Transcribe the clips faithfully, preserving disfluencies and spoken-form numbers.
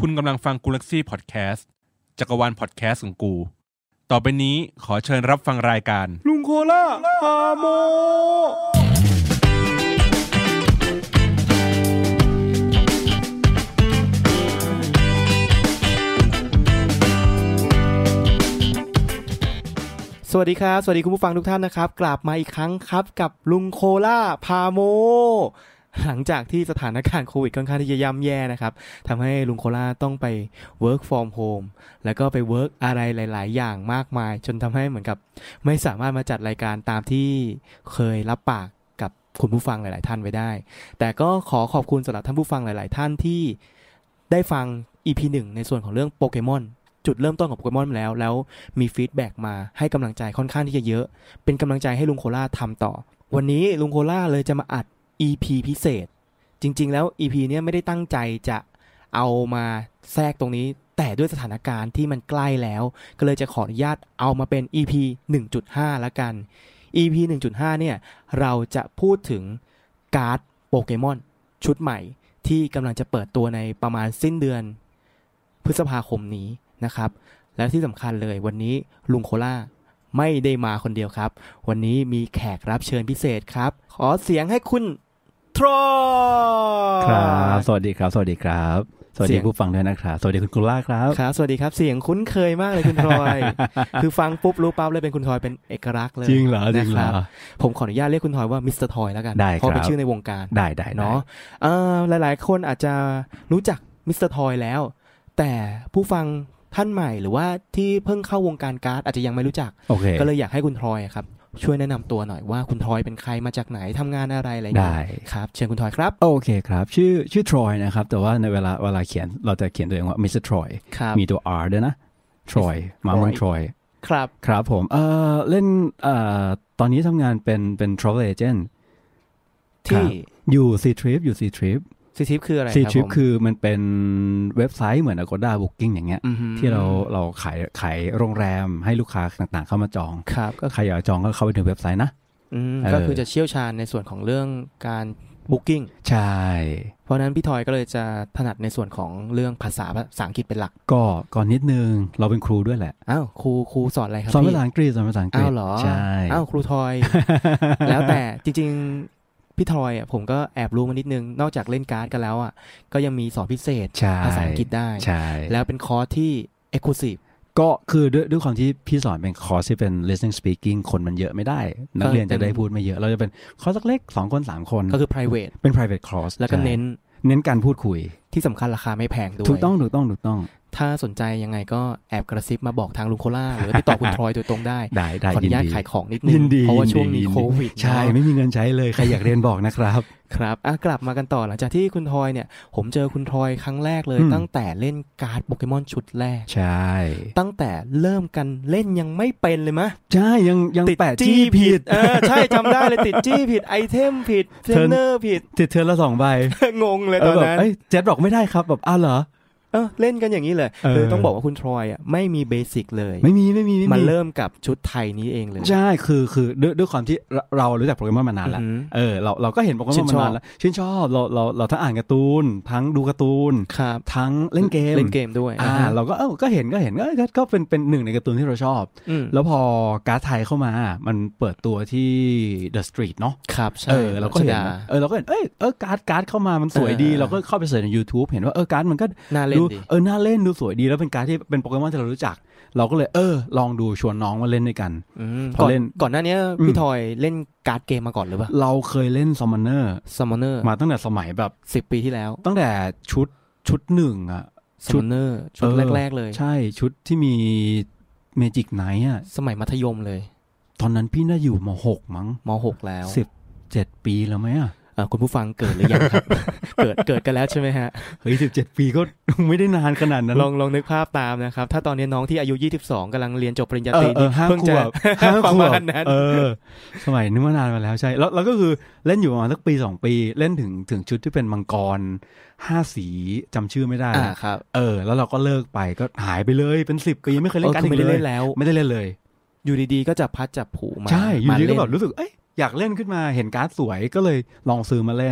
คุณกำลังฟังกูลักซี่พอดแคสต์จักรวาลพอดแคสต์ของกูต่อไปนี้ขอเชิญรับฟังรายการลุงโคล่าพาโมสวัสดีครับสวัสดีคุณผู้ฟังทุกท่านนะครับกลับมาอีกครั้งครับกับลุงโคล่าพาโมหลังจากที่สถานการณ์โควิดค่อนข้างที่จะย่ำแย่นะครับทำให้ลุงโคล่าต้องไป work from home แล้วก็ไป work อะไรหลายๆอย่างมากมายจนทำให้เหมือนกับไม่สามารถมาจัดรายการตามที่เคยรับปากกับคุณผู้ฟังหลายๆท่านไว้ได้แต่ก็ขอขอบคุณสำหรับท่านผู้ฟังหลายๆท่านที่ได้ฟัง อี พี หนึ่งในส่วนของเรื่องโปเกมอนจุดเริ่มต้นของโปเกมอนแล้วแล้วมีฟีดแบ็กมาให้กำลังใจค่อนข้างที่จะเยอะเป็นกำลังใจให้ลุงโคล่าทำต่อวันนี้ลุงโคล่าเลยจะมาอัด อี พี พิเศษจริงๆแล้ว อี พี เนี้ยไม่ได้ตั้งใจจะเอามาแทรกตรงนี้แต่ด้วยสถานการณ์ที่มันใกล้แล้วก็เลยจะขออนุญาตเอามาเป็น อี พี หนึ่งจุดห้า ละกัน อี พี หนึ่งจุดห้า เนี่ยเราจะพูดถึงการ์ดโปเกมอนชุดใหม่ที่กำลังจะเปิดตัวในประมาณสิ้นเดือนพฤษภาคมนี้นะครับและที่สำคัญเลยวันนี้ลุงโคล่าไม่ได้มาคนเดียวครับวันนี้มีแขกรับเชิญพิเศษครับขอเสียงให้คุณทรอยครับสวัสดีครับสวัสดีครับสวัสดีผู้ฟังด้วยนะครับสวัสดีคุณโคล่าครับครับสวัสดีครับเสียงคุ้นเคยมากเลยคุณทรอย คือฟังปุ๊บรู้ปั๊บเลยเป็นคุณทรอยเป็นเอกลักษณ์เลยจริงเหรอจริงเหรอผมขออนุญาตเรียกคุณทรอยว่ามิสเตอร์ทอยแล้วกันเพราะเป็นชื่อในวงการได้ได้เนาะเอ่อหลายๆคนอาจจะรู้จักมิสเตอร์ทอยแล้วแต่ผู้ฟังท่านใหม่หรือว่าที่เพิ่งเข้าวงการการ์ดอาจจะยังไม่รู้จัก okay. ก็เลยอยากให้คุณทรอยครับช่วยแนะนำตัวหน่อยว่าคุณทรอยเป็นใครมาจากไหนทำงานอะไรอะไรอย่างเงี้ยครับเชิญคุณทรอยครับโอเคครับชื่อชื่อทรอยนะครับแต่ว่าในเวลาเวลาเขียนเราจะเขียนตัวเองว่ามิสเตอร์ทรอยมีตัว R ด้วยนะทรอยมาเมืองทรอยครับครับผมเอ่อเล่นเอ่อตอนนี้ทำงานเป็นเป็น travel agent ที่อยู่ C-Trip อยู่ C-Trip C-Trip คืออะไรครับ C-Trip คือมันเป็นเว็บไซต์เหมือน Agoda Booking อย่างเงี้ยที่เราเราขายขายโรงแรมให้ลูกค้าต่างๆเข้ามาจองครับก็ใครอยากจองก็เข้าไปในเว็บไซต์นะก็คือจะเชี่ยวชาญในส่วนของเรื่องการ Booking ใช่เพราะนั้นพี่ทอยก็เลยจะถนัดในส่วนของเรื่องภาษาภาษาอังกฤษเป็นหลักก็ก่อนนิดนึงเราเป็นครูด้วยแหละอ้าวครูครูสอนอะไรครับสอนภาษาอังกฤษสอนภาษาอังกฤษอ้าวเหรอใช่อ้าวครูทอย แล้วแต่จริงๆพี่ทอยอ่ะผมก็แอบรู้มานิดนึงนอกจากเล่นการ์ดกันแล้วอ่ะก็ยังมีสอนพิเศษภาษาอังกฤษได้แล้วเป็นคอร์สที่ exclusive ก็คือด้วยด้วยความที่พี่สอนเป็นคอร์สที่เป็น listening speaking คนมันเยอะไม่ได้นักเรียนจะได้พูดไม่เยอะเราจะเป็นคอร์สเล็กๆสองคนสามคนก็คือ private เป็น private course แล้วก็เน้นเน้นการพูดคุยที่สำคัญราคาไม่แพงด้วยถูกต้องถูกต้องถูกต้องถ้าสนใจยังไงก็แอบกระซิบมาบอกทางลุงโคล่าหรือติดต่อคุณทรอยโดยตรงได้ได้ได้ขออนุญาตขายของนิดนึงเพราะว่าช่วงนี้โควิดใช่ไม่มีเงินใช้เลยใครอยากเรียนบอกนะครับครับอ่ะกลับมากันต่อหลังจากที่คุณทรอยเนี่ยผมเจอคุณทรอยครั้งแรกเลยตั้งแต่เล่นการ์ดโปเกมอนชุดแรกใช่ตั้งแต่เริ่มกันเล่นยังไม่เป็นเลยมะใช่ยังยังแปะจี้ผิดเออใช่จำได้เลยติดจี้ผิดไอเทมผิดเทรนเนอร์ผิดติดเทอร์ละสองใบงงเลยตอนนั้นเอ้ยเจ็ดบอกไม่ได้ครับแบบอ้าวเหรอเออเล่นกันอย่างนี้เลยคือต้องบอกว่าคุณทรอยอ่ะไม่มีเบสิกเลยไม่มีไม่มีไม่มีมันเริ่มกับชุดไทยนี้เองเลยใช่คือคือด้วยด้วยความที่เรารู้จักโปเกมอนมานานแล้วเออเราเราก็เห็นโปเกมอนมานานแล้วชื่นชอบเราเราเราทั้งอ่านการ์ตูนทั้งดูการ์ตูนทั้งเล่นเกมเล่นเกมด้วยอ่าเราก็เออก็เห็นก็เห็นก็ก็เป็นเป็นหนึ่งในการ์ตูนที่เราชอบแล้วพอการ์ดไทยเข้ามามันเปิดตัวที่ The Street เนาะครับใช่เออเราก็เห็นเออเราก็เห็นเออเออการ์ดการ์ดเข้ามามันสวยดีเราก็เข้าไปเสิร์ชใน YouTube เห็นว่าเออการ์ดมันก็น่าเล่นดีเออน่าเล่นดูสวยดีแล้วเป็นการ์ดที่เป็นโปเกมอนที่เรารู้จักเราก็เลยเออลองดูชวนน้องมาเล่นด้วยกันพอเล่นก่อนหน้านี้พี่ทอยเล่นการ์ดเกมมาก่อนหรือเปล่าเราเคยเล่น Summoner Summoner มาตั้งแต่สมัยแบบสิบปีที่แล้วตั้งแต่ชุดชุดหนึ่งอ่ะ Summoner ชุดแรกๆเลยใช่ชุดที่มี Magic Knight อ่ะสมัยมัธยมเลยตอนนั้นพี่น่าอยู่ม.หก มั้งม.หก แล้วสิบเจ็ดปีแล้วมั้ยอ่ะคุณผู้ฟังเกิดหรือยังครับ เกิดเกิดกันแล้วใช่ไหมฮะเฮ้ยสิบเจ็ดปีก็ไม่ได้นานขนาดนั้นลองลองนึกภาพตามนะครับถ้าตอนนี้น้องที่อายุยี่สิบสองกำลังเรียนจบปริญญาตรีเพิ่งจะประมาณนั้นเออสมัยนึกว่านานมาแล้วใช่แล้วเราก็คือเล่นอยู่ประมาณสักปีสองปีเล่นถึงถึงชุดที่เป็นมังกรห้าสีจำชื่อไม่ได้นะครับเออแล้วเราก็เลิกไปก็หายไปเลยเป็นสิบปีไม่เคยเล่นการ์ดไม่ได้เล่นแล้วไม่ได้เล่นเลยอยู่ดีๆก็จะพัดจับผูมาใช่อยู่ดีก็แบบรู้สึกเอ้ยอยากเล่นขึ้นมาเห็นการ์ดสวยก็เลยลองซื้อมาเล่น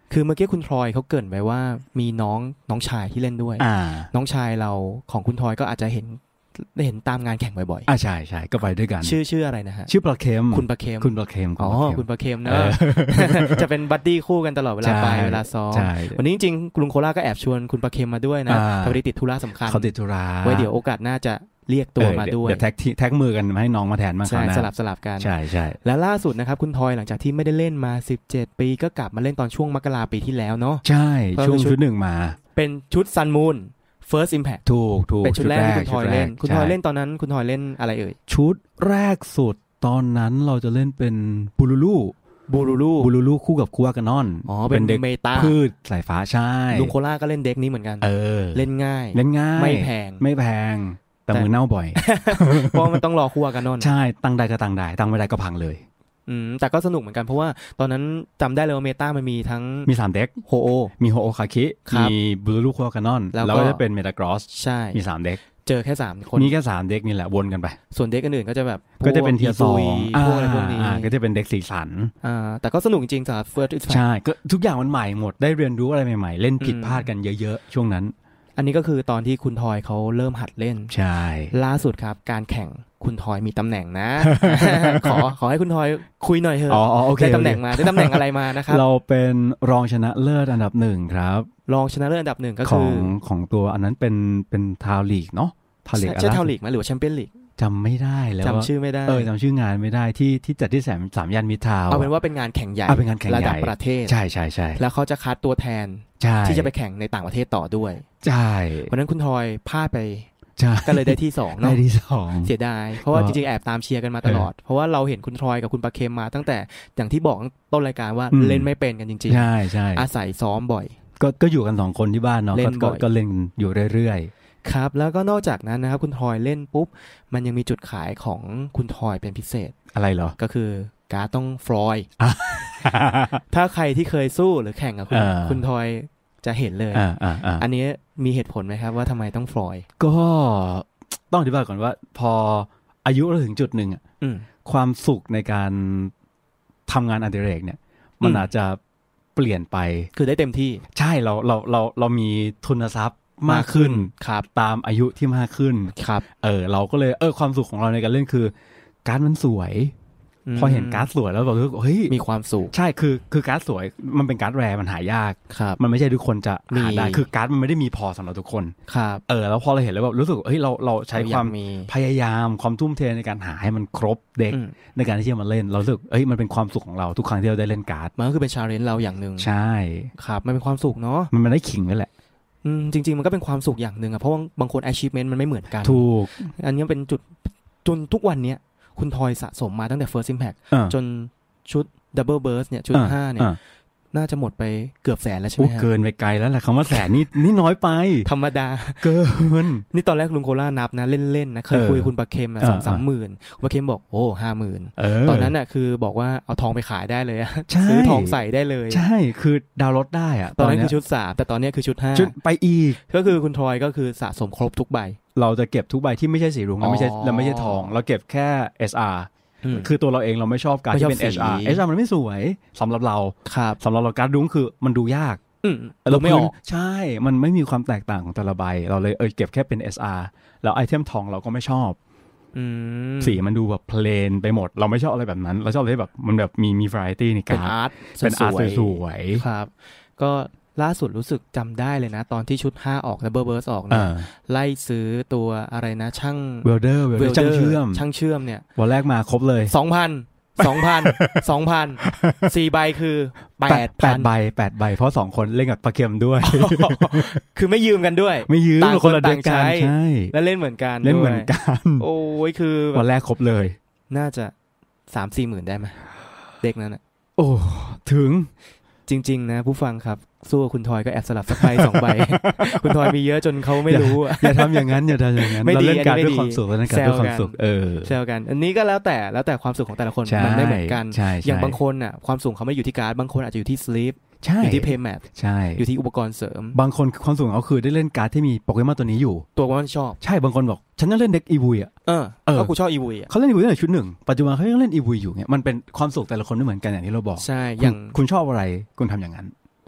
คือเมื่อกี้คุณทรอยเขาเกริ่นไว้ว่ามีน้องน้องชายที่เล่นด้วยน้องชายเราของคุณทรอยก็อาจจะเห็นได้เห็นตามงานแข่งบ่อยๆอ่าใช่ใช่ก็ไปด้วยกันชื่อชื่ออะไรนะฮะชื่อปลาเค็มคุณปลาเค็มคุณปลาเค็มอ๋อคุณปลาเค็มนะจะเป็นบัดดี้คู่กันตลอดเวลาไปเวลาซ้อมวันนี้จริงๆลุงโคล่าก็แอบชวนคุณปลาเค็มมาด้วยนะพอดีติดธุระสำคัญเขาติดธุระไว้เดี๋ยวโอกาสน่าจะเรียกตัวมาด้วยเดี๋ยวแท็กแท็กมือกันมาให้น้องมาแทนบ้างครับนะสลับสลับกันใช่ใช่และล่าสุดนะครับคุณทอยหลังจากที่ไม่ได้เล่นมาสิบเจ็ดปีก็กลับมาเล่นตอนช่วงมกราปีที่แล้วเนาะใช่ช่วงชุดหนึ่งมาเป็นชุดซันมูนFirst Impact ถูกถูกเป็นชุดแรกที่คุณทอยเล่นคุณทอยเล่นตอนนั้นคุณทอยเล่นอะไรเอ่ยชุดแรกสุดตอนนั้นเราจะเล่นเป็นบูลูลูบูลูลูบูลูลูคู่กับคูอากานอนอ๋อเป็นเด็กพืชสายฟ้าใช่ลุงโคล่าก็เล่นเด็กนี้เหมือนกันเออเล่นง่ายเล่นง่ายไม่แพงไม่แพงแต่มือเน่าบ่อยเพราะมันต้องรอคูอากานอนใช่ตั้งได้ก็ตั้งได้ตั้งไม่ได้ก็พังเลยอืมแต่ก็สนุกเหมือนกันเพราะว่าตอนนั้นจำได้เลยว่าเมตามันมีทั้งมีสามเด็กโฮโอมีโฮโอคาคิมีบลูลูคูอากานอนแล้วก็จะเป็นเมตากรอสใช่มีสามเด็กเจอแค่สามคนมีแค่สามเด็กนี่แหละวนกันไปส่วนเด็กอื่นๆก็จะแบบก็จะเป็นเทียร์สองพวกอะไรพวกนี้ก็จะเป็นเด็กสีสันอ่าแต่ก็สนุกจริงๆสำหรับ First Impact ใช่ก็ทุกอย่างมันใหม่หมดได้เรียนรู้อะไรใหม่ๆเล่นผิดพลาดกันเยอะๆช่วงนั้นอันนี้ก็คือตอนที่คุณทอยเขาเริ่มหัดเล่นใช่ล่าสุดครับการแข่งคุณทอยมีตำแหน่งนะ ขอขอให้คุณทอยคุยหน่อยเถอะอ๋อโอเคได้ตำแหน่งมาได้ตำแหน่งอะไรมานะครับเราเป็นรองชนะเลิศอันดับหนึ่งครับรองชนะเลิศอันดับหนึ่งก็คือของของตัวอันนั้นเป็นเป็นทาวลีกเนาะทาวลีกอะไรใช่ทาวลีกมั้ยหรือว่าแชมเปี้ยนลีกจำไม่ได้แล้วจำชื่อไม่ได้เออจำชื่องานไม่ได้ที่ที่จัดที่สามสามย่านมิตรทาวน์เอาเป็นว่าเป็นงานแข่งใหญ่ระดับประเทศใช่ใช่ใช่แล้วเขาจะคัดตัวแทนที่จะไปแข่งในต่างประเทศต่อด้วยใช่วันนั้นคุณทอยพลาดไปก็เลยได้ที่สองเนาะได้ที่สองเสียดายเพราะว่าจริงๆแอบตามเชียร์กันมาตลอดเพราะว่าเราเห็นคุณทอยกับคุณปาเคมมาตั้งแต่อย่างที่บอกต้นรายการว่าเล่นไม่เป็นกันจริงๆใช่ใช่อาศัยซ้อมบ่อยก็ก็อยู่กันสองคนที่บ้านเนาะก็เล่นอยู่เรื่อยๆครับแล้วก็นอกจากนั้นนะครับคุณทอยเล่นปุ๊บมันยังมีจุดขายของคุณทอยเป็นพิเศษอะไรเหรอก็คือการ์ดต้องฟลอยถ้าใครที่เคยสู้หรือแข่งกับคุณคุณทอยจะเห็นเลย อ, อ, อ, อันนี้มีเหตุผลไหมครับว่าทำไมต้องฟลอยก็ต้องอธิบายก่อนว่าพออายุเราถึงจุดหนึ่งอ่ะความสุขในการทำงานอดิเรกเนี่ยมันอาจจะเปลี่ยนไปคือได้เต็มที่ใช่เราเราเราเรามีทุนทรัพย์มากขึ้นครับตามอายุที่มากขึ้นครับเออเราก็เลยเออความสุขของเราในการเล่นคือการ์ดมันสวยพอเห็นการ์ดสวยแล้วเรารู้สึกเฮ้ยมีความสุขใช่คือคือการ์ดสวยมันเป็นการ์ดแรร์มันหายากมันไม่ใช่ทุกคนจะหาได้คือการ์ดมันไม่ได้มีพอสำหรับทุกคนครับเออแล้วพอเราเห็นแล้วแบบรู้สึกเฮ้ยเราเราใช้ความพยายามความทุ่มเทในการหาให้มันครบเด็กในการที่จะมาเล่นเรารู้สึกเฮ้ยมันเป็นความสุขของเราทุกครั้งที่เราได้เล่นการ์ดมันก็คือเป็นชาเลนจ์เราอย่างนึงใช่ครับมันเป็นความสุขเนาะมันมันได้ขิงนั่นแหละอืมจริงๆมันก็เป็นความสุขอย่างนึงอะเพราะว่าบางคน achievement มันไม่เหมือนกันถูกอันนี้เป็นจุดจนทุกวันนี้คุณทอยสะสมมาตั้งแต่ First Impact จนชุด Double Burst เนี่ยชุดห้าเนี่ยน่าจะหมดไปเกือบแสนแล้วใช่ไหมครับเกินไปไกลแล้วแหละคำว่าแสนนี่นี่น้อยไปธรรมดาเกินนี่ตอนแรกลุงโคล่านับนะเล่นๆนะเคยคุยกับคุณปาเคมสองสามหมื่นคุณปาเคมบอกโอ้ห้าหมื่นตอนนั้นน่ะคือบอกว่าเอาทองไปขายได้เลยซื้อทองใส่ได้เลยใช่คือดาวน์รถได้อะตอนนั้นคือชุดสามแต่ตอนนี้คือชุดห้าชุดไปอีกก็คือคุณทอยก็คือสะสมครบทุกใบเราจะเก็บทุกใบที่ไม่ใช่สีรุ้งและไม่ใช่และไม่ใช่ทองเราเก็บแค่ เอส อาร์คือตัวเราเองเราไม่ชอบการที่เป็น เอช อาร์ เอช อาร์ มันไม่สวยสำหรับเราสำหรับเราการดุ้งคือมันดูยากเราไม่ออกใช่มันไม่มีความแตกต่างของแต่ละใบเราเลยเออเก็บแค่เป็น เอส อาร์ แล้วไอเทมทองเราก็ไม่ชอบสีมันดูแบบเพลนไปหมดเราไม่ชอบอะไรแบบนั้นเราชอบอะไรแบบมันแบบมีมี variety ในการเป็นอาร์ตเป็นอาร์ตสวยๆครับก็ล่าสุดรู้สึกจำได้เลยนะตอนที่ชุดห้าออก Double Burst ออกเนี่ยไล่ซื้อตัวอะไรนะช่าง Welder Welder ช่างเชื่อมช่างเชื่อมเนี่ยวันแรกมาครบเลยสองพัน สองพัน สองพัน สี่ใบคือ แปดพันแปดใบแปดใบเพราะสองคนเล่นกับปลาเค็มด้วยคือไม่ยืมกันด้วยไม่ยืมคนละเด็กกันใช่แล้วเล่นเหมือนกันเล่นเหมือนกันโอ้ยคือวันแรกครบเลยน่าจะ สามสี่หมื่น ได้มั้ยเด็กนั้นน่ะโอ้ถึงจริงๆนะผู้ฟังครับสู้คุณทอยก็แอบสลับสักใบสองใบคุณทอยมีเยอะจนเขาไม่รู้อ่ะอย่าทำอย่างนั้นอย่าทำอย่างนั้นเราเล่นการด้วยความสุขแล้วการด้วยความสุขเออแซวกันอันนี้ก็แล้วแต่แล้วแต่ความสุขของแต่ละคนมันไม่เหมือนกันอย่างบางคนอ่ะความสุขเขาไม่อยู่ที่การ์ดบางคนอาจจะอยู่ที่สลีปอยู่ที่เพย์แมทใช่อยู่ที่อุปกรณ์เสริมบางคนความสุขเขาคือได้เล่นการ์ดที่มีโปเกมอนตัวนี้อยู่ตัวว่าชอบใช่บางคนบอกฉันจะเล่นเด็กอีวุยอ่ะเออก็กูชอบอีวุยอ่ะเขาเล่นอีวุยตั้งแต่ชุดหนึ่งปัจจุบันเขายังเล่นอีวุยอยู่เนี่ยมันเป็นความสุขแต่ละคนไม่เหมือนกันอย่างที่เราบอกใช่อย่างคุณชอบอะไรคุณทำอย่างนั้น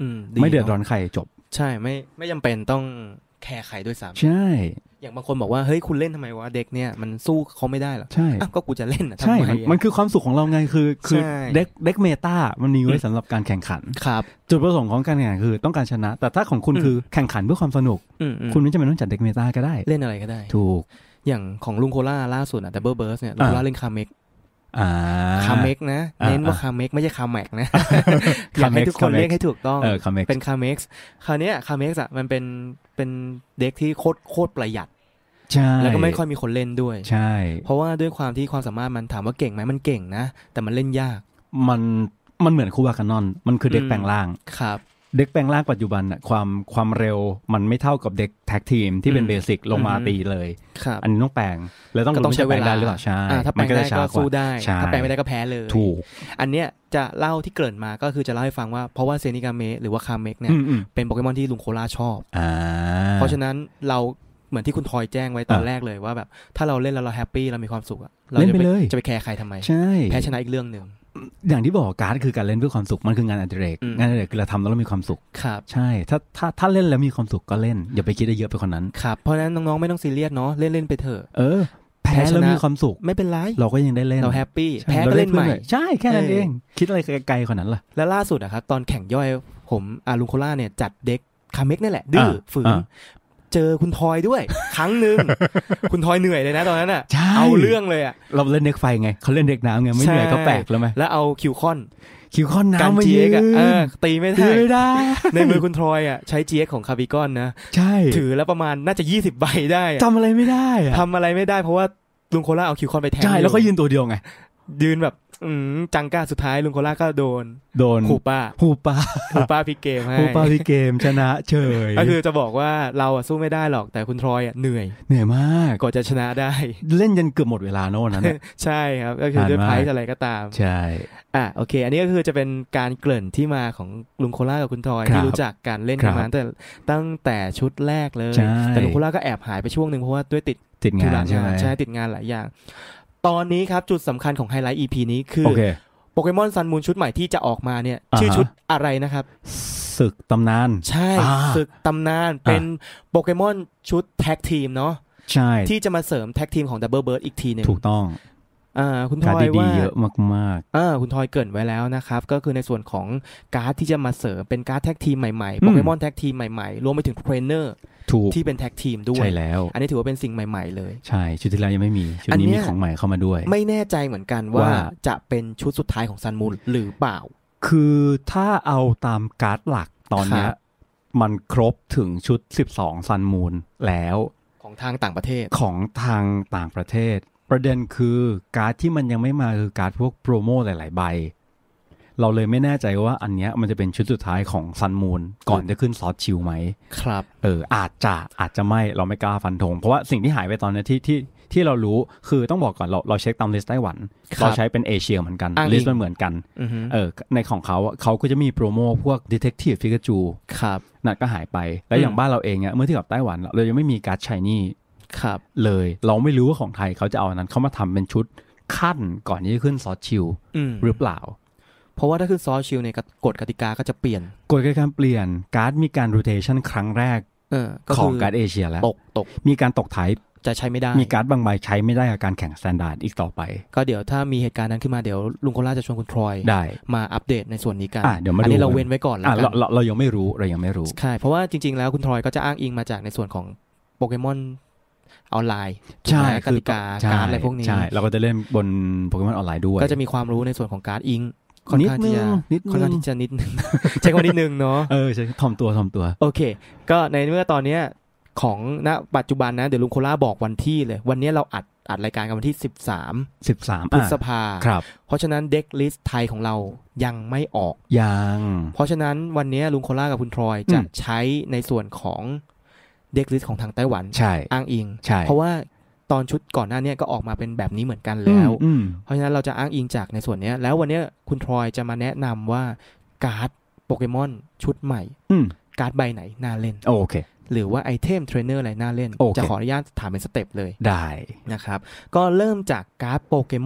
ไม่เดือดร้อนใครจบใช่ไม่ไม่จำเป็นต้องแคร์ใครด้วยซ้ำใช่อย่างบางคนบอกว่าเฮ้ยคุณเล่นทำไมวะเด็กเนี่ยมันสู้เขาไม่ได้หรอใช่ก็กูจะเล่นอ่ะทำไมมันคือความสุขของเราไงคือคือเด็กเด็กเมตามันมีไว้สำหรับการแข่งขันครับจุดประสงค์ของการแข่งขันคือต้องการชนะแต่ถ้าของคุณคือแข่งขันเพื่อความสนุกคุณไม่จำเป็นต้องจัดเด็กเมตาก็ได้เล่นอะไรก็ได้ถูกอย่างของลุงโคล่าล่าสุดอ่ะดับเบิลเบิร์สเนี่ยลุงโคล่าเล่นคาเมกคาเมกนะเน้นว่าคาเมกไม่ใช่คาแม็กนะอยากให้ทุกคนเรียกให้ถูกต้องเป็นคาเมกคราวนี้คาเมกอ่ะมันเป็นเป็นเด็กที่โคตรโคตรประหยัดแล้วก็ไม่ค่อยมีคนเล่นด้วยใช่เพราะว่าด้วยความที่ความสามารถมันถามว่าเก่งไหมมันเก่งนะแต่มันเล่นยากมันมันเหมือนคูบาคานอนมันคือเด็กแปลงร่างครับเด็กแปลงร่างปัจจุบันน่ะความความเร็วมันไม่เท่ากับเด็กแท็กทีมที่เป็นเบสิกลงมาตีเลยอันนี้ต้องแปลงแล้วต้องต้องใช้เวลาหรือเปล่าใช่ถ้าแปลงได้ก็สู้ได้ถ้าแปลงไม่ได้ก็แพ้เลยถูกอันเนี้ยจะเล่าที่เกริ่นมาก็คือจะเล่าให้ฟังว่าเพราะว่าเซนิกาเมะหรือว่าคาเมกเนี่ยเป็นโปเกมอนที่ลุงโคล่าชอบเพราะฉะนั้นเราเหมือนที่คุณทอยแจ้งไว้ตอนแรกเลยว่าแบบถ้าเราเล่นแล้วเราแฮปปี้เรามีความสุขอะเราจะไปจะไปแคร์ใครทำไมแพ้ชนะอีกเรื่องนึงอย่างที่บอกการ์ดคือการเล่นเพื่อความสุขมันคืองานอดิเรกงานอดิเรกคือเราทำแล้วเรามีความสุขครับใช่ถ้าถ้าถ้าเล่นแล้วมีความสุขก็เล่นอย่าไปคิดได้เยอะไปคนนั้นครับเพราะฉะนั้นน้องๆไม่ต้องซีเรียสเนาะเล่นเล่นไปเถอะเออแพ้แล้วมีความสุขไม่เป็นไรเราก็ยังได้เล่นเราแฮปปี้แพ้ก็เล่นใหม่ใช่แค่นั้นเองคิดอะไรไกลๆคนนั้นล่ะแล้วล่าสุดอะครับตอนแข่งย่อยผมอาลุงโคล่าเนี่ยจัดเด็กคาเมกนี่แหละดื้อฝืนเจอคุณทอยด้วยครั้งนึงคุณทอยเหนื่อยเลยนะตอนนั้นอ่ะเอาเรื่องเลยอ่ะเราเล่นเด็กไฟไงเขาเล่นเด็กน้ำไงไม่เหนื่อยก็แปลกแล้วไหมแล้วเอาคิวคอนคิวคอนน้ำมายืนตีไม่ได้ในมือคุณทอยอ่ะใช้ จี เอ็กซ์ ของคาบิกอนนะใช่ถือแล้วประมาณน่าจะยี่สิบใบได้ทำอะไรไม่ได้ทำอะไรไม่ได้เพราะว่าลุงโคล่าเอาคิวคอนไปแทงใช่แล้วก็ยืนตัวเดียวไงยืนแบบอืมจังก้าสุดท้ายลุงโคล่าก็โดนโดนฮูป้าฮูป้าฮูป้าพิกเกมให้ฮูป้าพิกเกมชนะเฉยก็คือจะบอกว่าเราอ่ะสู้ไม่ได้หรอกแต่คุณทรอยอ่ะเหนื่อยเหนื่อยมากกว่าจะชนะได้เล่นจนเกือบหมดเวลาโน่นนั้นใช่ครับก็คือด้วยไพร์อะไรก็ตามใช่อ่ะโอเคอันนี้ก็คือจะเป็นการเกริ่นที่มาของลุงโคล่ากับคุณทรอยที่รู้จักการเล่นกันมาตั้งแต่ตั้งแต่ชุดแรกเลยแต่ลุงโคล่าก็แอบหายไปช่วงนึงเพราะว่าด้วยติดติดงานใช่ไหมใช่ติดงานหลายอย่างตอนนี้ครับจุดสำคัญของไฮไลท์ อี พี นี้คือโปเกมอนซันมูนชุดใหม่ที่จะออกมาเนี่ยชื่อชุดอะไรนะครับศึกตำนานใช่ศึกตำนานเป็นโปเกมอนชุดแท็กทีมเนาะใช่ที่จะมาเสริมแท็กทีมของดับเบิลเบิร์ดอีกทีนึงถูกต้องอ่าคุณทอยว่าเยอะมากๆอ่าคุณทอยเกริ่นไว้แล้วนะครับก็คือในส่วนของการ์ดที่จะมาเสริมเป็นการ์ดแท็กทีมใหม่ๆโปเกมอนแท็กทีมใหม่ๆรวมไปถึงเทรนเนอร์ที่เป็นแท็กทีมด้วยใช่แล้วอันนี้ถือว่าเป็นสิ่งใหม่ๆเลยใช่ชุดที่แล้วยังไม่มีชุดนี้มีของใหม่เข้ามาด้วยไม่แน่ใจเหมือนกันว่าจะเป็นชุดสุดท้ายของซันมูนหรือเปล่าคือถ้าเอาตามการ์ดหลักตอนนี้มันครบถึงชุดสิบสองซันมูนแล้วของทางต่างประเทศของทางต่างประเทศประเด็นคือการ์ดที่มันยังไม่มาคือการ์ดพวกโปรโมหลายๆใบเราเลยไม่แน่ใจว่าอันเนี้ยมันจะเป็นชุดสุดท้ายของซันมูนก่อนจะขึ้นซอสชิลไหมครับเอออาจจะอาจจะไม่เราไม่กล้าฟันธงเพราะว่าสิ่งที่หายไปตอนนี้ที่ที่ที่เรารู้คือต้องบอกก่อนเราเราเช็คตามลิสต์ไต้หวันเราใช้เป็นเอเชียเหมือนกันลิสต์มันเหมือนกันเออในของเขาเขาก็จะมีโปรโมพวก Detective Pikachu ครับนั่นก็หายไปแล้วอย่างบ้านเราเองเนี่ยเมื่อเทียบกับไต้หวันเรายังไม่มีการ์ด Shiny ครับเลยเราไม่รู้ว่าของไทยเขาจะเอาอันนั้นเขามาทำเป็นชุดขั้นก่อนที่จะขึ้นซอสชิลหรือเปล่าเพราะว่าถ้าขึ้นซอสชิลในกฎกติกาก็จะเปลี่ยนกฎกติกาเปลี่ยนการ์ดมีการโรเทชันครั้งแรกของการ์ดเอเชียแล้วตกตกมีการตกไทป์จะใช้ไม่ได้มีการ์ดบางใบใช้ไม่ได้กับการแข่งสแตนดาร์ดอีกต่อไปก็เดี๋ยวถ้ามีเหตุการณ์นั้นขึ้นมาเดี๋ยวลุงโคล่าจะชวนคุณทรอยได้มาอัปเดตในส่วนนี้กันอ่ะเดี๋ยวมาดูอันนี้เราเว้นไว้ก่อนแล้วกันเราเรายังไม่รู้เรายังไม่รู้ใช่เพราะว่าจริงๆแล้วคุณทรอยก็จะอ้างอิงมาจากในส่วนของโปเกมอนออนไลน์ใช่กติกาการ์ดอะไรพวกนี้ใช่เราก็จะเล่นบนโปเกมอนออนไลน์ด้วยก็จะมีความรู้ในส่วนของการ์ดอิงค่อนข้างที่จะค่อนข้างที่จะนิดนึงใช้คำว่านิดนึงเนาะเออใช่ถ่อมตัวถ่อมตัวโอเคก็ในเมื่อตอนนี้ของณปัจจุบันนะเดี๋ยวลุงโคล่าบอกวันที่เลยวันนี้เราอัดอัดรายการกันวันที่สิบสามสิบสามพฤษภาครับเพราะฉะนั้นเด็กลิสต์ไทยของเรายังไม่ออกยังเพราะฉะนั้นวันนี้ลุงโคล่ากับคุณทรอยจะใช้ในส่วนของเด็กลิสต์ของทางไต้หวันอ้างอิงเพราะว่าตอนชุดก่อนหน้านี้ก็ออกมาเป็นแบบนี้เหมือนกันแล้วเพราะฉะนั้นเราจะอ้างอิงจากในส่วนนี้แล้ววันนี้คุณทรอยจะมาแนะนำว่าการ์ดโปเกมอนชุดใหม่การ์ดใบไหนน่าเล่นโอเคหรือว่าไอเทมเทรนเนอร์อะไรน่าเล่นจะขออนุญาตถามเป็นสเต็ปเลยได้นะครับก็เริ่มจากการ์ดโปเกมอน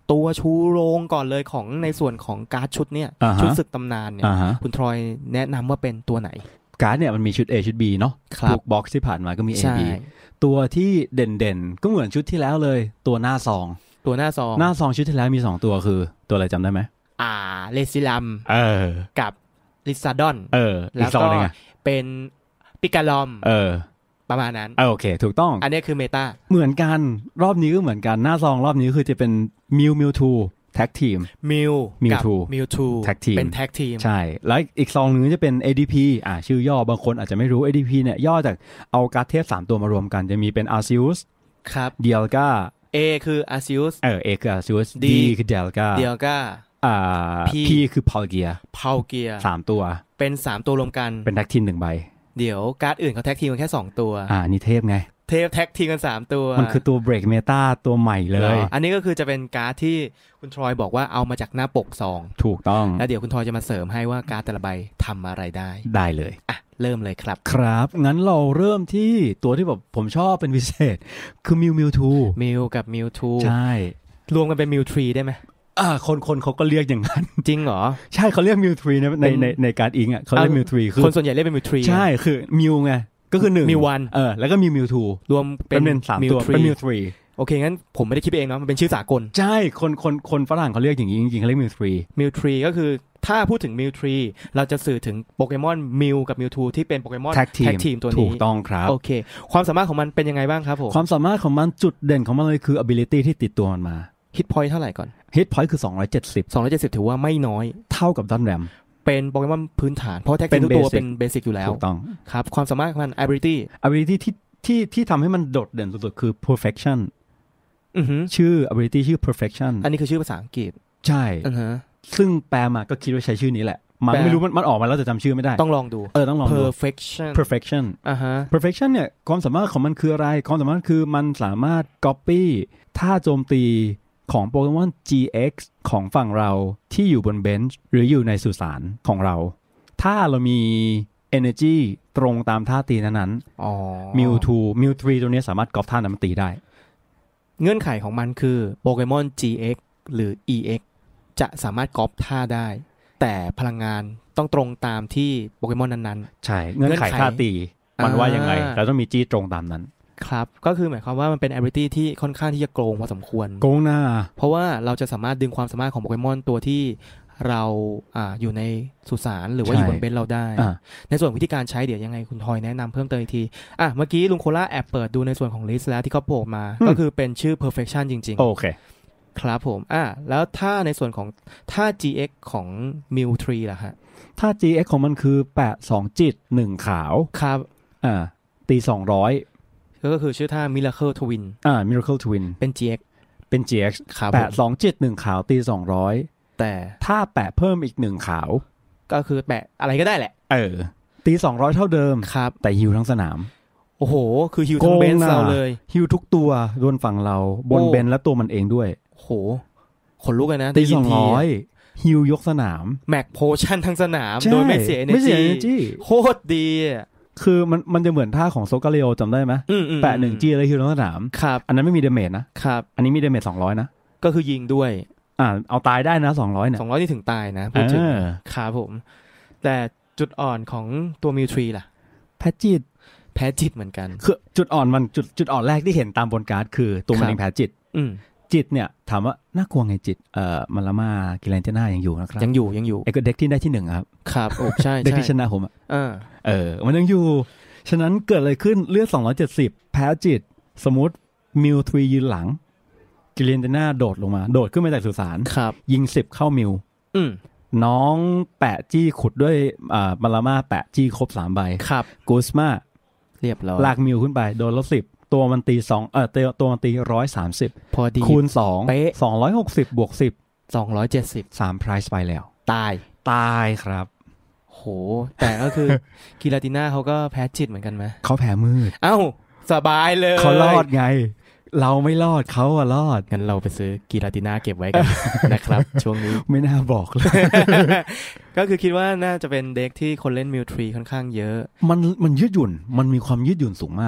ตัวชูโรงก่อนเลยของในส่วนของการ์ดชุดเนี่ยชุดศึกตำนานเนี่ยคุณทรอยแนะนำว่าเป็นตัวไหนการ์ดเนี่ยมันมีชุด A ชุด B เนาะทุกบ็อกซ์ที่ผ่านมาก็มี A B ตัวที่เด่นๆก็เหมือนชุดที่แล้วเลยตัวหน้าซองตัวหน้าซองหน้าซองชุดที่แล้วมีสองตัวคือตัวอะไรจำได้ไหมอ่าเลซิลัมเออกับลิซาดอนเออแล้วก็เป็นปิกาลอมเออประมาณนั้นโอเคถูกต้องอันนี้คือเมตาเหมือนกันรอบนี้ก็เหมือนกันหน้าซองรอบนี้คือจะเป็นมิวมิวทูแท็กทีมมิวมิวทูมิวทูแท็กทีมเป็นแท็กทีมใช่แล้วอีกซองนึงจะเป็น เอ ดี พี อ่าชื่อย่อบางคนอาจจะไม่รู้ เอ ดี พี เนี่ยย่อจากเอาการ์ดเทพสามตัวมารวมกันจะมีเป็น Arceus ครับ Dialga A คือ Arceus เออ A คือ Arceus D คือ Dialga Dialga อ่า P คือ Palkia Palkia สามตัวเป็นสามตัวรวมกันเป็นแท็กทีมหนึ่งใบเดี๋ยวการ์ดอื่นเขาแท็กทีมกันแค่สองตัวอ่านี่เทพไงเทพแท็กทีมกันสามตัวมันคือตัวเบรกเมตาตัวใหม่เลยอันนี้ก็คือจะเป็นการ์ดที่คุณทรอยบอกว่าเอามาจากหน้าปกซองถูกต้องแล้วเดี๋ยวคุณทรอยจะมาเสริมให้ว่าการ์ดแต่ละใบทำอะไรได้ได้เลยอ่ะเริ่มเลยครับครับงั้นเราเริ่มที่ตัวที่แบบผมชอบเป็นพิเศษคือมิวมิวทูมิวกับมิวทูใช่รวมกันเป็นมิวทรีได้ไหมอ่าคนคนเขาก็เรียกอย่างนั้นจริงเหรอใช่เขาเรียกมิวทรีในในในในการ์ดอิงอ่ะเขาเรียกมิวทรีคือคนส่วนใหญ่เรียกเป็นมิวทรีใช่คือมิวไงก็คือหนึ่งมิววันเออแล้วก็มีมิวทูรวมเป็นสามตัวเป็นมิวทรีโอเคงั้นผมไม่ได้คิดเองเนาะมันเป็นชื่อสากลใช่คนคนคนฝรั่งเขาเรียกอย่างนี้จริงๆเขาเรียกมิวทรีมิวทรีก็คือถ้าพูดถึงมิวทรีเราจะสื่อถึงโปเกมอนมิวกับมิวทูที่เป็นโปเกมอนแท็กทีมตัวนี้ถูกต้องครับโอเคความสามารถของมันเป็นยังไงบ้างครับผมความสามารถของมันจุดเด่นของมันเลยคือ ability ที่ติดตัวมันมา hit point เท่าไหร่ก่อน hit point คือสองร้อยเจ็ดสิบสองร้อยเจ็ดสิบถือว่าไม่น้อยเท่ากับดันแรมเป็นโปเกมอนพื้นฐานเพราะแท็กทีมทุกตัวเป็นเบสิกอยู่แล้วถูกต้องครับความสามารถของมัน ability ability ที่ที่ที่ทำให้มันโดดเด่นสุดๆคือ perfection อือฮึชื่อ ability ชื่อ perfection อันนี้คือชื่อภาษาอังกฤษใช่อือฮะซึ่งแปลมาก็คิดว่าใช้ชื่อนี้แหละมันไม่รู้มันมันออกมาแล้วจะจำชื่อไม่ได้ต้องลองดูเออต้องลองดู perfection perfection อ่าฮะ perfection เนี่ยความสามารถของมันคืออะไรความสามารถคือมันสามารถ copy ท่าโจมตีของโปเกมอน จี เอ็กซ์ ของฝั่งเราที่อยู่บนเบนช์หรืออยู่ในสุสานของเราถ้าเรามี energy ตรงตามท่าตีนั้นๆอ๋อ Mewtwo Mewtwo ตัวนี้สามารถก๊อปท่านั้นมาตีได้เงื่อนไขของมันคือโปเกมอน จี เอ็กซ์ หรือ อี เอ็กซ์ จะสามารถก๊อปท่าได้แต่พลังงานต้องตรงตามที่โปเกมอนนั้นๆใช่เงื่อนไขท่าตีมันว่ายังไงเราต้องมีจี้ตรงตามนั้นครับก็คือหมายความว่ามันเป็น ability ที่ค่อนข้างที่จะโกงพอสมควรโกงหน้าเพราะว่าเราจะสามารถดึงความสามารถของโปเกมอนตัวที่เราอ่าอยู่ในสุสานหรือว่าอยู่บนเบนเราได้ในส่วนวิธีการใช้เดี๋ยวยังไงคุณทอยแนะนำเพิ่มเติมอีกทีอ่ะเมื่อกี้ลุงโคล่าแอบเปิดดูในส่วนของลิสต์แล้วที่เขาโผล่มาก็คือเป็นชื่อ perfection จริงๆโอเคครับผมอ่ะแล้วถ้าในส่วนของถ้า จี เอ็กซ์ ของ มิว ทรี ล่ะฮะถ้า จี เอ็กซ์ ของมันคือแปะสองจิตหนึ่งขาวครับอ่าตีสองร้อยก็คือชื่อท่า Miracle Twin อ่า Miracle Twin เป็น จี เอ็กซ์เป็น จี เอ็กซ์ครับแปะสองจิตหนึ่งขาวตีสองร้อยแต่ถ้าแปะเพิ่มอีกหนึ่งขาวก็คือแปะอะไรก็ได้แหละเออตีสองร้อยเท่าเดิมครับแต่ฮิวทั้งสนามโอ้โหคือฮิวทั้งเบนเราเลยฮิวทุกตัวบนฝั่งเราบนเบนและตัวมันเองด้วยโอ้โหขนลุกเลยนะตีสองร้อยฮิวยกสนามแม็กโพชั่นทั้งสนามโดยไม่เสีย energy โคตรดีคือมันมันจะเหมือนท่าของโซกาเลโอจำได้ไหมแปะหนึ่งจี้แล้วฮิวทั้งสนามครับอันนั้นไม่มีดาเมจนะครับอันนี้มีดาเมจสองร้อยนะก็คือยิงด้วยอ่าเอาตายได้นะสองร้อยเนี่ยสองร้อยนี่ถึงตายนะพูดถึงครับผมแต่จุดอ่อนของตัวมิวทรีล่ะแพทจิตแพ้จิตเหมือนกันคือจุดอ่อนมันจุดจุดอ่อนแรกที่เห็นตามบนการ์ดคือตัวมันเองแพ้จิตจิตเนี่ยถามว่าน่ากลัวไงจิตเอ่อมาลาม่ากิเลนเจน่ายังอยู่นะครับยังอยู่ยังอยู่ไอ้ก็เด็กที่ได้ที่หนึ่งครับครับโอ้ใช่เด็กที่ชนะผมอ่ะเออเออมันยังอยู่ฉะนั้นเกิดอะไรขึ้นเลือดสองร้อยเจ็ดสิบแพ้จิตสมมุติมิวทรียืนหลังกิเลนเจน่าโดดลงมาโดดขึ้นมาจากสุสานยิงสิบเข้ามิวน้องแปะจี้ขุดด้วยอ่ามาลาม่าแปะจี้ครบสามใบครับกูสมาเรียบร้อยลากมิวขึ้นไปโดนลบสิบตัวมันตีสองเอ่อตัวมันตีหนึ่งร้อยสามสิบพอดีคูณสองเป๊ะสองร้อยหกสิบบวกสิบสองร้อยเจ็ดสิบสามไพรซ์ไปแล้วตายตายครับโหแต่ก็คือกิราติน่าเขาก็แพ้จิตเหมือนกันมั้ยเขาแพ้มืดเอ้าสบายเลยเขารอดไงเราไม่รอดเขาอะรอดงั้นเราไปซื้อกิราติน่าเก็บไว้กัน นะครับช่วงนี้ไม่น่าบอกเลยก็คือคิดว่าน่าจะเป็นเด็กที่คนเล่นมิวทรีค่อนข้างเยอะมันมันยืดหยุ่นมันมีความยืดหยุ่นสูงมาก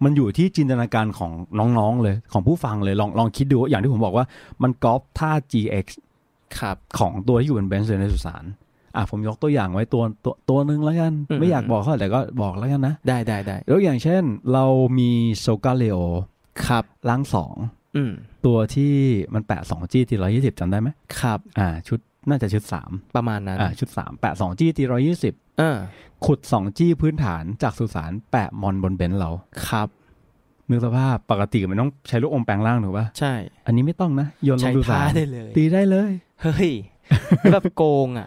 มันอยู่ที่จินตนาการของน้องๆเลยของผู้ฟังเลยลองลองคิดดูอย่างที่ผมบอกว่ามันก๊อปท่า จี เอ็กซ์ครับของตัวที่อยู่บนเบนซ์ในสุสานอ่ะผมยกตัวอย่างไว้ตัวตัวตัวนึงแล้วกันไม่อยากบอกเขาแต่ก็บอกแล้วกันนะได้ได้ได้ยกอย่างเช่นเรามีโซกาเลโอครับร่างสองตัวที่มันแปะ สองจี ที หนึ่งร้อยยี่สิบจำได้ไหมครับอ่าชุดน่าจะชุดสามประมาณนั้นอ่าชุดสามแปะ สองจี ที หนึ่งร้อยยี่สิบเออขุด สองจี พื้นฐานจากสุสานแปะมอนบนเบนซ์เราครับนึกสภาพปกติมันต้องใช้ลูกอมแปลงร่างถูกป่ะใช่อันนี้ไม่ต้องนะโยนลงสุสานได้เลยตีได้เลยเฮ้ยแบบโกงอ่ะ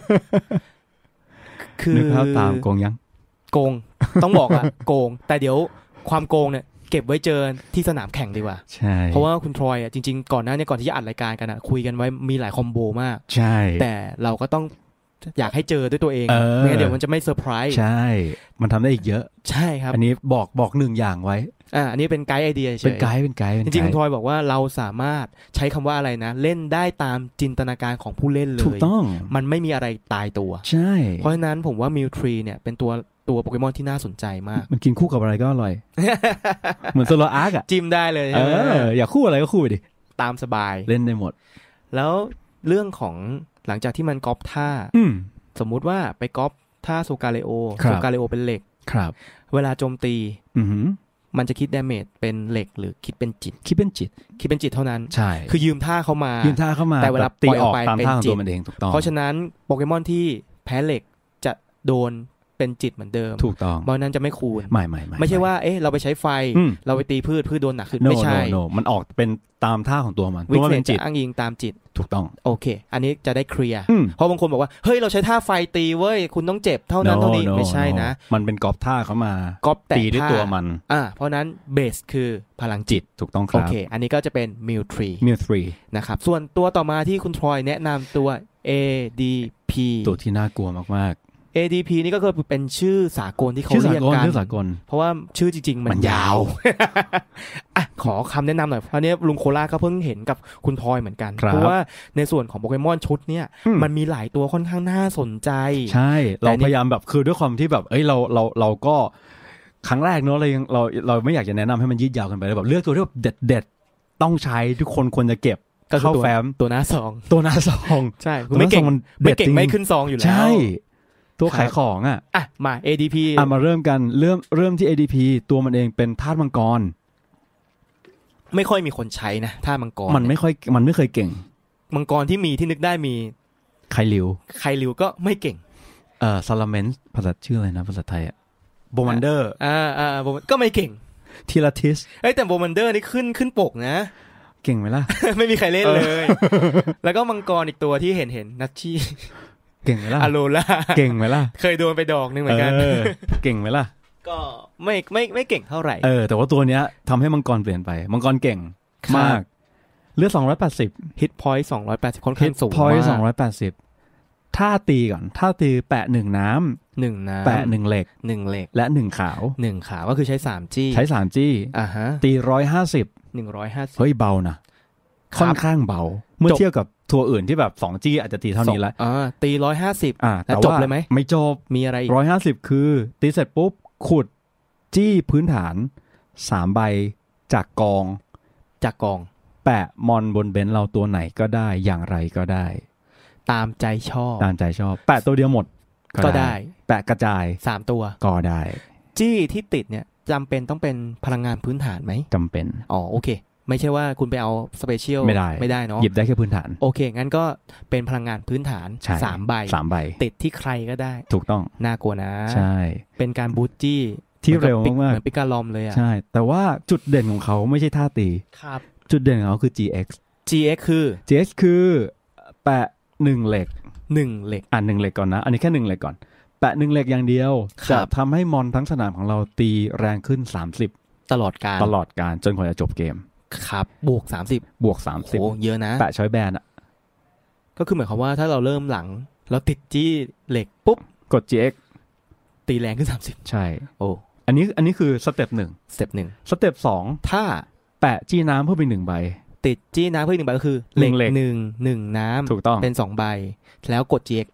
คือนึกภาพตามโกงยังโกงต้องบอกอ่ะโกงแต่เดี๋ยวความโกงเนี่ยเก็บไว้เจอที่สนามแข่งดีกว่าใช่เพราะว่าคุณทรอยอ่ะจริงๆก่อนหน้านี้ก่อนที่จะอัดรายการกันอ่ะคุยกันไว้มีหลายคอมโบมากใช่แต่เราก็ต้องอยากให้เจอด้วยตัวเองไม่งั้นเดี๋ยวมันจะไม่เซอร์ไพรส์ใช่มันทำได้อีกเยอะใช่ครับอันนี้บอกบอกหนึ่งอย่างไว้อ่าอันนี้เป็นไกด์ไอเดียเฉยเป็นไกด์เป็นไกด์จริงๆคุณทรอยบอกว่าเราสามารถใช้คำว่าอะไรนะเล่นได้ตามจินตนาการของผู้เล่นเลยถูกต้องมันไม่มีอะไรตายตัวใช่เพราะฉะนั้นผมว่ามิวทรีเนี่ยเป็นตัวตัวโปเกมอนที่น่าสนใจมากมันกินคู่กับอะไรก็อร่อย เหมือนโซโลอาร์กอ่ะจิ้มได้เลยเอออยากคู่อะไรก็คู่ไปดิตามสบายเล่นได้หมดแล้วเรื่องของหลังจากที่มันก๊อปท่าสมมุติว่าไปก๊อปท่าโซกาเลโอโซกาเลโอเป็นเหล็กครับเวลาโจมตีอือมันจะคิดดาเมจเป็นเหล็กหรือคิดเป็นจิตคิดเป็นจิตคิดเป็นจิตเท่านั้นใช่คือยืมท่าเข้ามายืมท่าเข้ามาแต่เวลาตีออกตามท่าของตัวมันเองถูกต้องเพราะฉะนั้นโปเกมอนที่แพ้เหล็กจะโดนเป็นจิตเหมือนเดิมถูกต้องเพราะนั้นจะไม่คูณไม่ไม่ไม่ไม่ใช่ว่าเอ๊ะเราไปใช้ไฟเราไปตีพืชพืชโดนหนักขึ้นไม่ใช่ no no มันออกเป็นตามท่าของตัวมันตัวมันเป็นจิตอ้างอิงตามจิตถูกต้องโอเคอันนี้จะได้เคลียร์เพราะบางคนบอกว่าเฮ้ยเราใช้ท่าไฟตีเว้ยคุณต้องเจ็บเท่านั้นเท่านี้ไม่ใช่นะมันเป็นก๊อปท่าเข้ามาก๊อปตีด้วยตัวมันอ่าเพราะนั้นเบสคือพลังจิตถูกต้องครับโอเคอันนี้ก็จะเป็นมิวทรีมิวทรีนะครับส่วนตัวต่อมาที่คุณทรอยแนะนำตัว เอ ดี พีตัวที่น่ากลัวมากๆ เอ ดี พี นี่ก็คือเป็นชื่อสากลที่เขาเรียกกันชื่อสากลเพราะว่าชื่อจริงๆมันยาวอ่ะขอคำแนะนำหน่อยเพราะนี้ลุงโคล่าก็เพิ่งเห็นกับคุณทอยเหมือนกันเพราะว่าในส่วนของโปเกมอนชุดเนี่ยมันมีหลายตัวค่อนข้างน่าสนใจใช่เราพยายามแบบคือด้วยความที่แบบเอ้ยเราเราเราก็ครั้งแรกเนอะเรายังเราเราไม่อยากจะแนะนำให้มันยืดยาวกันไปเลยแบบเลือกตัวที่แบบเด็ดเด็ดต้องใช้ทุกคนควรจะเก็บเข้าแฟ้มตัวหน้าซองตัวหน้าซองใช่ไม่เก่งไม่เก่งไม่ขึ้นซองอยู่แล้วใช่ตัวขายของอ่ะอ่ะมา เอ ดี พีอ่ะมาเริ่มกันเริ่มเริ่มที่ เอ ดี พี ตัวมันเองเป็นธาตุมังกรไม่ค่อยมีคนใช้นะธาตุมังกรมันไม่ค่อยมันไม่เคยเก่งมังกรที่มีที่นึกได้มีไคลิวไคลิวก็ไม่เก่งเอ่อซาลาเมนส์ภาษาชื่ออะไรนะภาษาไทยอ่ะโบมันเดอร์อ่าอ่าก็ไม่เก่งทีลาทิสเอ้ยแต่โบมันเดอร์นี่ขึ้นขึ้นปกนะเก่งไหมล่ะไม่มีใครเล่นเลยแล้วก็มังกรอีกตัวที่เห็นเห็นนัชชี่เก่งไหมล่ะอโลล่าเก่งไหมล่ะเคยโดนไปดอกนึงเหมือนกันเก่งไหมล่ะก็ไม่ไม่ไม่เก่งเท่าไหร่เออแต่ว่าตัวเนี้ยทำให้มังกรเปลี่ยนไปมังกรเก่งมากเลือดสองร้อยแปดสิบฮิตพอยต์สองร้อยแปดสิบค่อนข้างสูงมากฮิตพอยต์สองร้อยแปดสิบท่าตีก่อนท่าตีแปะหนึ่งน้ำหนึ่งน้ำแปะหนึ่งเหล็กหนึ่งเหล็กและหนึ่งขาวหนึ่งขาวก็คือใช้สามจี้ใช้สามจี้อ่าฮะตีร้อยห้าสิบหนึ่งร้อยห้าสิบเฮ้ยเบานะค่อนข้างเบาเมื่อเทียบกับทัวร์อื่นที่แบบสองจี้อาจจะตีเท่านี้แล้วอ่าตีร้อยห้าสิบอ่าแต่จบเลยไหมไม่จบมีอะไรอีกร้อยห้าสิบคือตีเสร็จปุ๊บขุดจี้พื้นฐานสามใบจากกองจากกองแปะมอนบนเบนซ์เราตัวไหนก็ได้อย่างไรก็ได้ตามใจชอบตามใจชอบแปะตัวเดียวหมดก็ได้แปะกระจายสามตัวก็ได้จี้ที่ติดเนี่ยจำเป็นต้องเป็นพลังงานพื้นฐานไหมจำเป็นอ๋อโอเคไม่ใช่ว่าคุณไปเอาสเปเชียลไม่ได้ไม่ได้เนาะหยิบได้แค่พื้นฐานโอเคงั้นก็เป็นพลังงานพื้นฐานสามใบสามใบติดที่ใครก็ได้ถูกต้องน่ากลัวนะใช่เป็นการบูทจี้ที่เร็วมากเหมือนปิกาลอมเลยอ่ะใช่แต่ว่าจุดเด่นของเขาไม่ใช่ท่าตีครับจุดเด่นของเขาคือ จี เอ็กซ์จี เอ็กซ์ คือจี เอ็กซ์ คือแปะหนึ่งเหล็กหนึ่งเหล็กอ่ะหนึ่งเหล็กก่อนนะอันนี้แค่หนึ่งเหล็กก่อนแปะหนึ่งเหล็กอย่างเดียวจะทำให้มอนทั้งสนามของเราตีแรงขึ้นสามสิบตลอดกาลตลอดกาลจนกว่าจะจบเกมครับบวกสามสิบบวกสามสิบโอ้เยอะนะแปะช้อยแบนอ่ะก็คือหมายความว่าถ้าเราเริ่มหลังเราติดจี้เหล็กปุ๊บกด จี เอ็กซ์ตีแรงขึ้นสามสิบใช่โอ้อันนี้อันนี้คือสเต็ปหนึ่งสเต็ปหนึ่งสเต็ปสองถ้าแปะจี้น้ำเพิ่มไปหนึ่งใบติดจี้น้ำเพิ่มหนึ่งใบก็คือเหล็กหนึ่งหนึ่งน้ำถูกต้องเป็นสองใบแล้วกด จี เอ็กซ์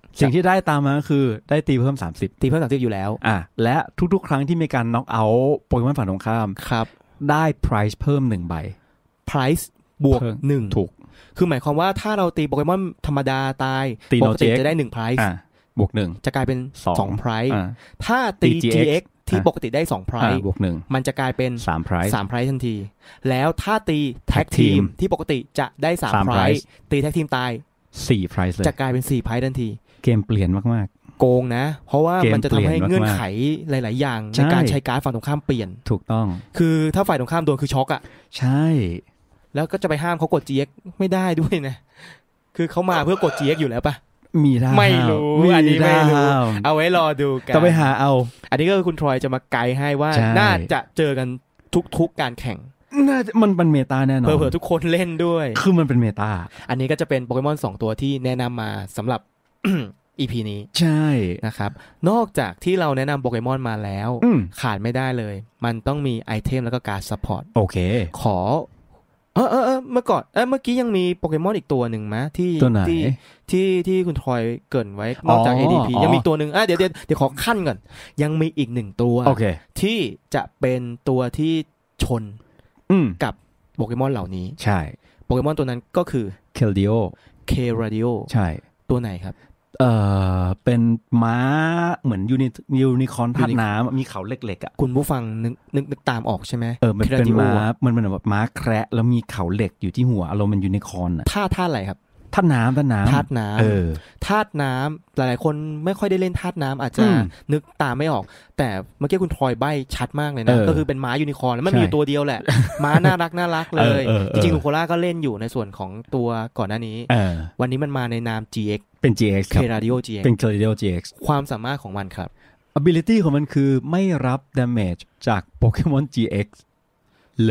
สิ่งที่ได้ตามมาคือได้ตีเพิ่มสามสิบตีเพิ่มสามสิบอยู่แล้วอ่ะและทุกๆครั้งที่มีการน็อกเอาท์โปเกมอนฝั่งตรงข้ามครับได้ price เพิ่มหนึ่งใบ price บวกหนึ่งถูกคือหมายความว่าถ้าเราตีโปเกมอนธรรมดาตายปกติจะได้หนึ่ง price อ่ะบวกหนึ่งจะกลายเป็นสอง price ถ้าตี จี เอ็กซ์ ที่ปกติได้สอง price บวกหนึ่งมันจะกลายเป็นสาม price สาม price ทันทีแล้วถ้าตี tag team ที่ปกติจะได้สาม price ตี tag team ตายสี่ price เลยจะกลายเป็นสี่ price ทันทีเกมเปลี่ยนมากๆโกงนะเพราะว่ามันจะทำให้เงื่อนไขหลายๆอย่างในการใช้การ์ดฝั่งตรงข้ามเปลี่ยนถูกต้องคือถ้าฝ่ายตรงข้ามโดนคือช็อกอ่ะใช่แล้วก็จะไปห้ามเขากด จี เอ็กซ์ ไม่ได้ด้วยนะคือเขามาเพื่อกด จี เอ็กซ์ อยู่แล้วปะมีได้ไม่รู้อันนี้ไม่รู้เอาไว้รอดูกันต้องไปหาเอาอันนี้ก็คือคุณทรอยจะมาไกด์ให้ว่าน่าจะเจอกันทุกๆการแข่งน่าจะมันเป็นเมตาแน่นอนเผื่อๆทุกคนเล่นด้วยคือมันเป็นเมตาอันนี้ก็จะเป็นโปเกมอนสองตัวที่แนะนำมาสำหรับ อี พี นี้ใช่นะครับนอกจากที่เราแนะนำโปเกมอนมาแล้วขาดไม่ได้เลยมันต้องมีไอเทมแล้วก็การ์ดซัพพอร์ตโอเคขอเออเออเออเมื่อก่อนเออเมื่อกี้ยังมีโปเกมอนอีกตัวหนึ่งมั้ยที่ที่ที่ที่คุณทรอยเกริ่นไว้นอกจาก เอ ดี พี ยังมีตัวนึงอ่ะเดี๋ยวเดี๋ยวเดี๋ยวขอขั้นก่อนยังมีอีกหนึ่งตัวที่จะเป็นตัวที่ชนกับโปเกมอนเหล่านี้ใช่โปเกมอนตัวนั้นก็คือ Keldeo Keldeo ใช่ตัวไหนครับเอ่อเป็นม้าเหมือนยูนิยูนิคอร์นธาตุน้ำมีเขาเล็กๆอ่ะคุณผู้ฟังนึกนึกนึกตามออกใช่ไหมเออมันเป็นม้ามันเป็นแบบม้าแคระแล้วมีเขาเหล็กอยู่ที่หัวอารมณ์เป็นยูนิคอร์นอ่ะธาตุธาตุอะไรครับธาตุน้ำธาตุน้ำธาตุน้ำเออธาตุน้ำหลายๆคนไม่ค่อยได้เล่นธาตุน้ำอาจจะนึกตามไม่ออกแต่เมื่อกี้คุณทรอยใบ้ชัดมากเลยนะก็คือเป็นม้ายูนิคอร์นแล้วมันมีอยู่ตัวเดียวแหละม้าน่ารักน่ารักเลยจริงๆลุงโคล่าก็เล่นอยู่ในส่วนของตัวก่อนหน้านี้วันนี้มันมาในนาม จี เอ็กซ์เป็น จี เอ็กซ์ ครับ Keldeo จี เอ็กซ์เป็น Keldeo จี เอ็กซ์ความสามารถของมันครับ ability ของมันคือไม่รับ damage จากโปเกมอน จี เอ็กซ์ เลย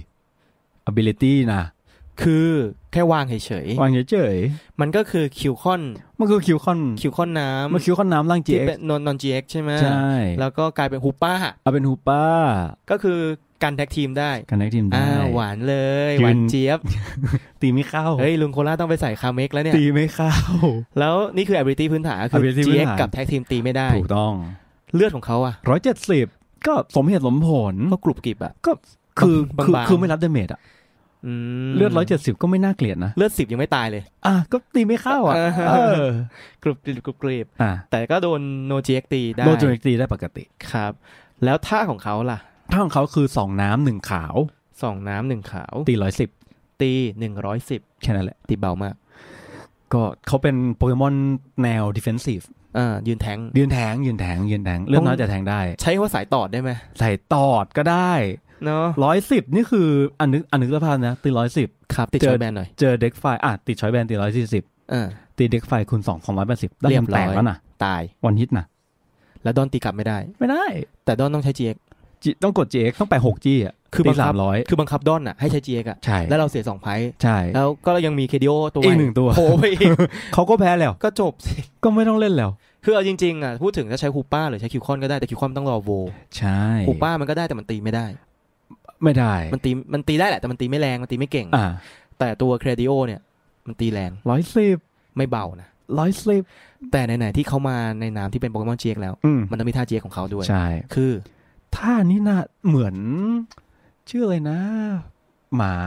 ability นะคือแค่วางเฉยๆวางเฉยๆมันก็คือคิวคอนมันคือคิวคอนคิวคอนน้ำมันคิวคอนน้ำร่าง จี เอ็กซ์ที่เป็นนอนนอน จี เอ็กซ์ ใช่ไหมใช่แล้วก็กลายเป็นฮูป้าเอาเป็นฮูป้าก็คือการแท็กทีมได้การแท็กทีมได้หวานเลยหวานเจี๊ยบตีไม่เข้าเฮ้ยลุงโคล่าต้องไปใส่คาเมกแล้วเนี่ยตีไม่เข้าแล้วนี่คือ ability พื้นฐานคือ จี เอ็กซ์ กับแท็กทีมตีไม่ได้ถูกต้องเลือดของเขาอ่ะหนึ่งร้อยเจ็ดสิบก็สมเหตุสมผลก็กรุบกริบอ่ะก็คือคือคือไม่รับดาเมจอ่ะเลือดหนึ่งร้อยเจ็ดสิบก็ไม่น่าเกลียดนะเลือดสิบยังไม่ตายเลยอ่ะก็ตีไม่เข้าอ่ะเออกรุบกริบกรุบกริบแต่ก็โดนโน จี เอ็กซ์ ตีได้โน จี เอ็กซ์ ตีได้ปกติครับแล้วท่าของเขาล่ะท่าของเขาคือสองน้ำหนึ่งขาวสองน้ำหนึ่งขาวตีหนึ่งร้อยสิบตีหนึ่งร้อยสิบแค่นั้นแหละตีเบามากก็เขาเป็นโปเกมอนแนว defensive อ่ายืนแทงยืนแทงยืนแทงยืนแทงเรื่องน้อยแต่แทงได้ใช้ว่าสายตอดได้ไหมสายตอดก็ได้เนาะร้อยสิบนี่คืออันนึกอันนึกสภาพนะตีร้อยสิบครับติดชอยแบนหน่อยเจอเด็กไฟอ่ะติดชอยแบนตีร้อยสี่สิบอ่าตีเด็กไฟคูณสองสองร้อยแปดสิบได้แตกแล้วนะตายวันฮิตนะแล้วดอนตีกลับไม่ได้ไม่ได้แต่ดอนต้องใช้ จี เอ็กซ์ต้องกด จี เอ็กซ์ ต้องไป หก จี อ่ะคือบังคับคือบังคับดอนอ่ะให้ใช้ จี เอ็กซ์ อ่ะแล้วเราเสียสองไพร์ใช่แล้วก็ยังมี Keldeo ตัวอีกหนึ่งตัวโผล่ไปอีกเขาก็แพ้แล้วก็จบสิก็ไม่ต้องเล่นแล้วคือเอาจริงๆอ่ะพูดถึงจะใช้ฮูป้าหรือใช้คิวคอนก็ได้แต่คิวคอนต้องรอโวใช่ฮูป้ามันก็ได้แต่มันตีไม่ได้ไม่ได้มันตีมันตีได้แหละแต่มันตีไม่แรงมันตีไม่เก่งแต่ตัว Keldeo เนี่ยมันตีแรงร้อยสิบไม่เบานะร้อยสิบแต่ไหนๆที่เขามาในนามที่เป็นโปเกมอน จี เอ็กซ์ แล้วมันต้องมีท่า จี เอ็กซ์ ของเขาด้วยใช่คือท่านี้น่าเหมือนชื่ออะไรนะหมา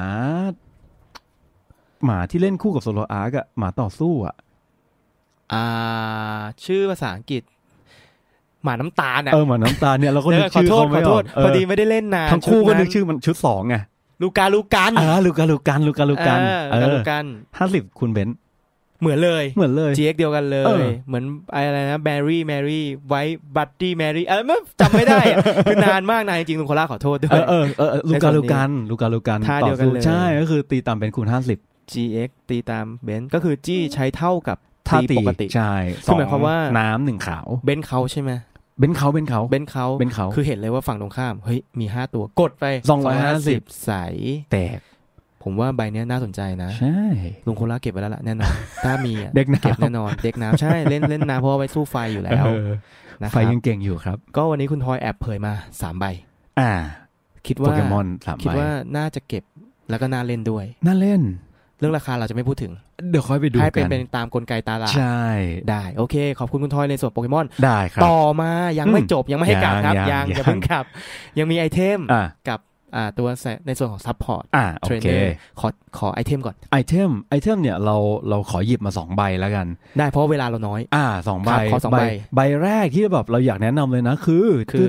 หมาที่เล่นคู่กับโซโลอาร์กอะหมาต่อสู้อะอ่าชื่อภาษาอังกฤษหมาน้ำตาลอะเออหมาน้ำตาลเนี่ยเราก็นึกชื่อเขาไม่ออกพอดีไม่ได้เล่นนานทั้งคู่ก็นึกชื่อมันชุดสองไงลูกาลูกันอ่าลูกาลูกันลูกาลูกันเออลูกันห้าสิบคุณเบนเหมือนเลยเหมือนเลยจี เอ็กซ์ เดียวกันเลยเหมือนอะไรนะแมรี่แมรี่ไวท์บัตตี้แมรี่เออไม่จำไม่ได้คือนานมากนานจริงๆลุงโคล่าขอโทษด้วยเออเออลูกาลูกันลูกาลูกันท่าเดียวกันเลยใช่ก็คือตีตามเป็นคูณห้าสิบจี เอ็กซ์ ตีตามเบนก็คือจี้ใช้เท่ากับท่าตีปกติใช่คือหมายความว่าน้ำหนึ่งขาวเบนเขาใช่ไหมเบนเขาเบนเขาเบนเขาเบนเขาคือเห็นเลยว่าฝั่งตรงข้ามเฮ้ยมีห้าตัวกดไปสองร้อยห้าสิบใสแตกผมว่าใบนี้น่าสนใจนะใช่ลุงโคล่าเก็บไว้แล้วล่ะแน่นอนถ้ามีเด็กเก็บแน่นอนเด็กน้ำใช่เล่นเล่นน้ำเพราะไว้สู้ไฟอยู่แล้วนะครับไฟยังเก่งอยู่ครับก็วันนี้คุณทอยแอบเผยมาสามใบอ่าคิดว่าโปเกมอนสามใบคิดว่าน่าจะเก็บแล้วก็น่าเล่นด้วยน่าเล่นเรื่องราคาเราจะไม่พูดถึงเดี๋ยวค่อยไปดูกันให้เป็นเป็นตามกลไกตลาดใช่ได้โอเคขอบคุณคุณทอยในส่วนโปเกมอนได้ครับต่อมายังไม่จบยังไม่ให้กลับครับยังอย่าเพิ่งกลับยังมีไอเทมกับอ่าตัวในส่วนของซัพพอร์ตอ่าโอเคขอขอไอเทมก่อนไอเทมไอเทมเนี่ยเราเราขอหยิบมาสองใบแล้วกันได้เพราะเวลาเราน้อยอ่าสองใบขอสองใบใบแรกที่แบบเราอยากแนะนำเลยนะคือคือ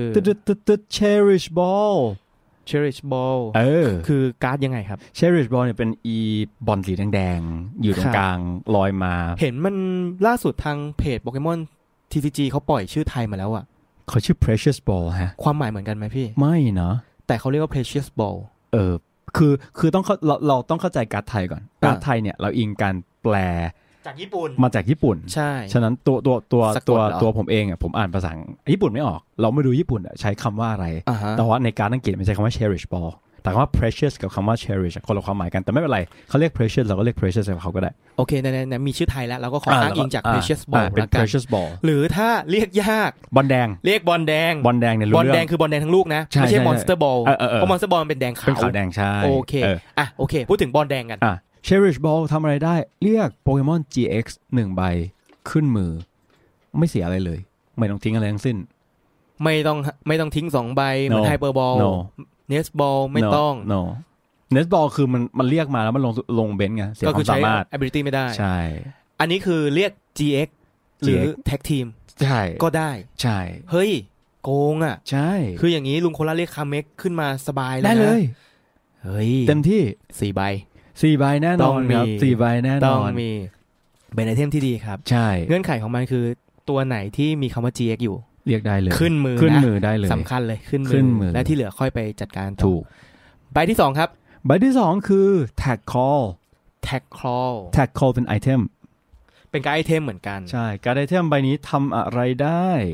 Cherish Ball Cherish Ball เออคือการ์ดยังไงครับ Cherish Ball เนี่ยเป็นอีบอลสีแดงๆอยู่ตรงกลางลอยมาเห็นมันล่าสุดทางเพจ Pokemon ที ซี จี เขาปล่อยชื่อไทยมาแล้วอ่ะเขาชื่อ Precious Ball ฮะความหมายเหมือนกันไหมพี่ไม่เนาะแต่เขาเรียกว่า Precious Ball เออคือคือต้องเราเราต้องเข้าใจการ์ดไทยก่อนการ์ดไทยเนี่ยเราอิงการแปลจากญี่ปุ่นมาจากญี่ปุ่นใช่ฉะนั้นตัวตัวตัวตัวตัวผมเองอ่ะผมอ่านภาษาญี่ปุ่นไม่ออกเราไม่รู้ญี่ปุ่นใช้คำว่าอะไรแต่ว่าในการอังกฤษมันใช้คำว่า cherish ball แต่คำว่า precious กับคำว่า cherish คนละความหมายกันแต่ไม่เป็นไรเขาเรียก precious เราก็เรียก precious กับเขาก็ได้โอเคในๆมีชื่อไทยแล้วเราก็ขออ้างอิงจาก precious ball เป็น precious ball หรือถ้าเรียกยากบอลแดงเรียกบอลแดงบอลแดงเนี่ยบอลแดงคือบอลแดงทั้งลูกนะไม่ใช่ monster ball เพราะ monster ball มันเป็นแดงขาวเป็นขาวแดงใช่โอเคอ่ะโอเคพูดถึงบอลแดงกัน Cherish Ball ทำอะไรได้เรียกโปเกมอน จี เอ็กซ์ หนึ่งใบขึ้นมือไม่เสียอะไรเลยไม่ต้องทิ้งอะไรทั้งสิ้นไม่ต้องไม่ต้องทิ้งสองใบเหมือน Hyper Ball Nest Ball ไม่ต้อง no Nest Ball คือมันมันเรียกมาแล้วมันลงลงเบนซ์ไงเสียความสามารถ ability ไม่ได้ใช่อันนี้คือเรียก จี เอ็กซ์ หรือ Tag Team ใช่ก็ได้ใช่เฮ้ยโกงอ่ะใช่คืออย่างนี้ลุงโคล่าเรียกคาเมกขึ้นมาสบายเลยได้เลยเฮ้ยเต็มที่สี่ใบสี่ใบแน่นอนครับสี่ใบแน่นอนต้องมีเป็นไอเทมที่ดีครับใช่เงื่อนไขของมันคือตัวไหนที่มีคำว่า จี เอ็กซ์ อยู่เรียกได้เลยขึ้นมือขึ้นมือได้เลยสำคัญเลยขึ้นมือและที่เหลือค่อยไปจัดการต่อถูกใบที่สองครับใบที่สองคือ Tag Call Tag Call Tag Call เป็นไอเทมเป็นการไอเทมเหมือนกันใช่การไอเทมใบนี้ทำอะไรได้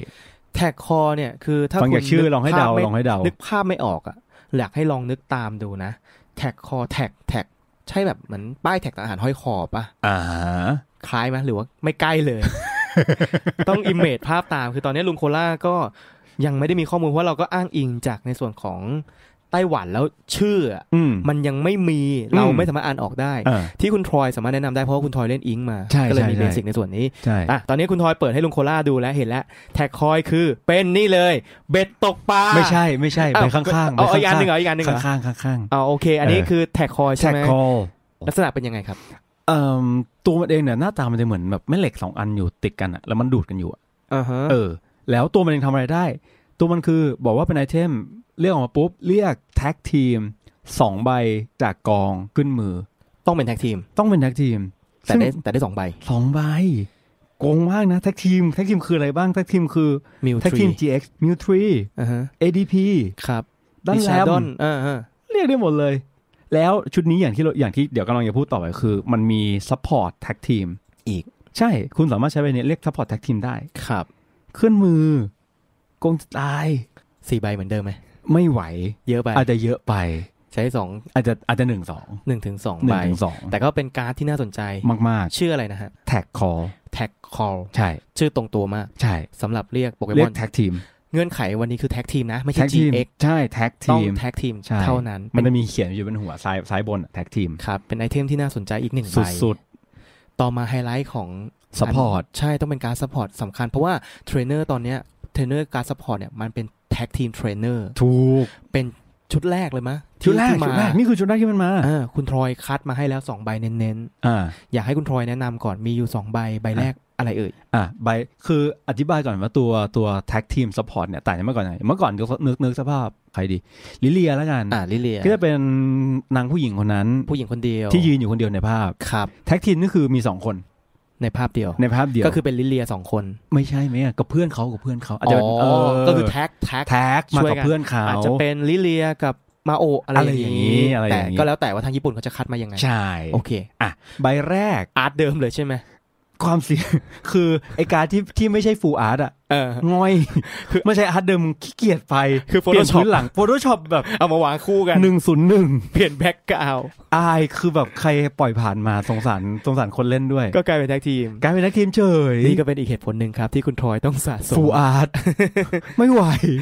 Tag Call เนี่ยคือถ้าคุณชื่อลองให้เดาลองให้เดานึกภาพไม่ออกอ่ะอยากให้ลองนึกตามดูนะ Tag Call Tag Tagใช่แบบเหมือนป้ายแท็กทหารห้อยคอป่ะอ่าคล้ายไหมหรือว่าไม่ใกล้เลย ต้องอิมเมจภาพตามคือตอนนี้ลุงโคล่าก็ยังไม่ได้มีข้อมูลเพราะเราก็อ้างอิงจากในส่วนของไต้หวันแล้วชื่อมันยังไม่มีเราไม่สามารถอ่านออกได้ที่คุณทรอยสามารถแนะนำได้เพราะว่าคุณทรอยเล่นอิงมาก็เลยมีเบสิกในส่วนนี้อ่ะตอนนี้คุณทรอยเปิดให้ลุงโคล่าดูแล้วเห็นแล้วแท็กคอยคือเป็นนี่เลยเบ็ดตกปลาไม่ใช่ไม่ใช่ไปข้างๆเอาอีกอันหนึ่งเหรออีกอันหนึ่งเหรอข้างๆข้างๆอ๋อโอเคอันนี้คือแท็กคอยใช่ไหมแท็กคอลักษณะเป็นยังไงครับเอ่อตัวมันเองเนี่ยหน้าตามันจะเหมือนแบบแม่เหล็กสองอันอยู่ติดกันอ่ะแล้วมันดูดกันอยู่อ่ะเออแล้วตัวมันเองทำอะไรได้ตัวมันคือบอกว่าเป็นไอเทมเรียกออกมาปุ๊บเรียกแท็กทีมสองใบจากกองขึ้นมือต้องเป็นแท็กทีมต้องเป็นแท็กทีมแต่ได้แต่ได้สองใบสองใบโกงมากนะแท็กทีมแท็กทีมคืออะไรบ้างแท็กทีมคือแท็กทีม จี เอ็กซ์ มิว ทรีอ่าฮะเอ ดี พีครับดันแลมอ่าฮะเรียกได้หมดเลยแล้วชุดนี้อย่างที่อย่างที่เดี๋ยวกำลังจะพูดต่อไปคือมันมีซัพพอร์ตแท็กทีมอีกใช่คุณสามารถใช้ไปเนี่ยเรียกซัพพอร์ตแท็กทีมได้ครับขึ้นมือโกงตายสี่ใบเหมือนเดิมไหมไม่ไหวเยอะไปอาจจะเยอะไปใช้สองอาจจะอาจจะหนึ่งสองหนึ่งถึงสองใบแต่ก็เป็นการ์ดที่น่าสนใจมากๆชื่ออะไรนะฮะ Tag Call Tag Call ใช่ชื่อตรงตัวมากใช่สำหรับเรียกโปเกมอนเรียกแท็กทีมเงื่อนไขวันนี้คือแท็กทีมนะไม่ใช่ จี เอ็กซ์ใช่แท็กทีมต้องแท็กทีมเท่านั้นมันจะมีเขียนอยู่บนหัวซ้ายซ้ายบนแท็กทีมครับเป็นไอเทมที่น่าสนใจอีกหนึ่งใบสุดๆต่อมาไฮไลท์ของซัพพอร์ตใช่ต้องเป็นการซัพพอร์ตสำคัญเพราะว่าเทรนเนอร์ตอนเนี้ยเทรนเนอร์การซัพพอร์ตเนี่ยมันเป็นแท็กทีมเทรนเนอร์ถูกเป็นชุดแรกเลยมั้ยชุดแรกชุดแรกนี่คือชุดแรกที่มันมาอ่าคุณทรอยคัดมาให้แล้วสองใบเน้นๆอ่าอยากให้คุณทรอยแนะนำก่อนมีอยู่สองใบใบแรกอะไรเอ่ยอ่ะใบคืออธิบายก่อนว่าตัวตัวแท็กทีมซัพพอร์ตเนี่ยต่างจากเมื่อก่อนไงเมื่อก่อนนึกนึกสภาพใครดีลิเลียแล้วกันอ่าลิเลียก็จะเป็นนางผู้หญิงคนนั้นผู้หญิงคนเดียวที่ยืนอยู่คนเดียวในภาพครับแท็กทีมนี่คือมีสองคนในภาพเดียวในภาพเดียวก็คือเป็นลิเลียสองคนไม่ใช่ไหมอ่ะกับเพื่อนเขากับเพื่อนเขาอาจจะก็คือแท็กแท็กแท็กมากับเพื่อนเขาอาจจะเป็นลิเลียกับมาโออะไรอย่างนี้แต่ก็แล้วแต่ว่าทางญี่ปุ่นเขาจะคัดมายังไงใช่โอเคอ่ะใบแรกอาร์ตเดิมเลยใช่ไหมความเสี่ยงคือไอการที่ที่ไม่ใช่ฟูลอาร์ตอ่ะง่อยคือไม่ใช่อาร์ตเดิมขี้เกียจไปคือโฟโต้ช็อปหลังโฟโต้ช็อปแบบเอามาวางคู่กันหนึ่งศูนย์หนึ่งเปลี่ยนแบ็คกราวด์อายคือแบบใครปล่อยผ่านมาสงสารสงสารคนเล่นด้วยก็กลายเป็นแท็กทีมกลายเป็นแท็กทีมเฉยนี่ก็เป็นอีกเหตุผลหนึ่งครับที่คุณทรอยต้องสะสมฟูลอาร์ตไม่ไหว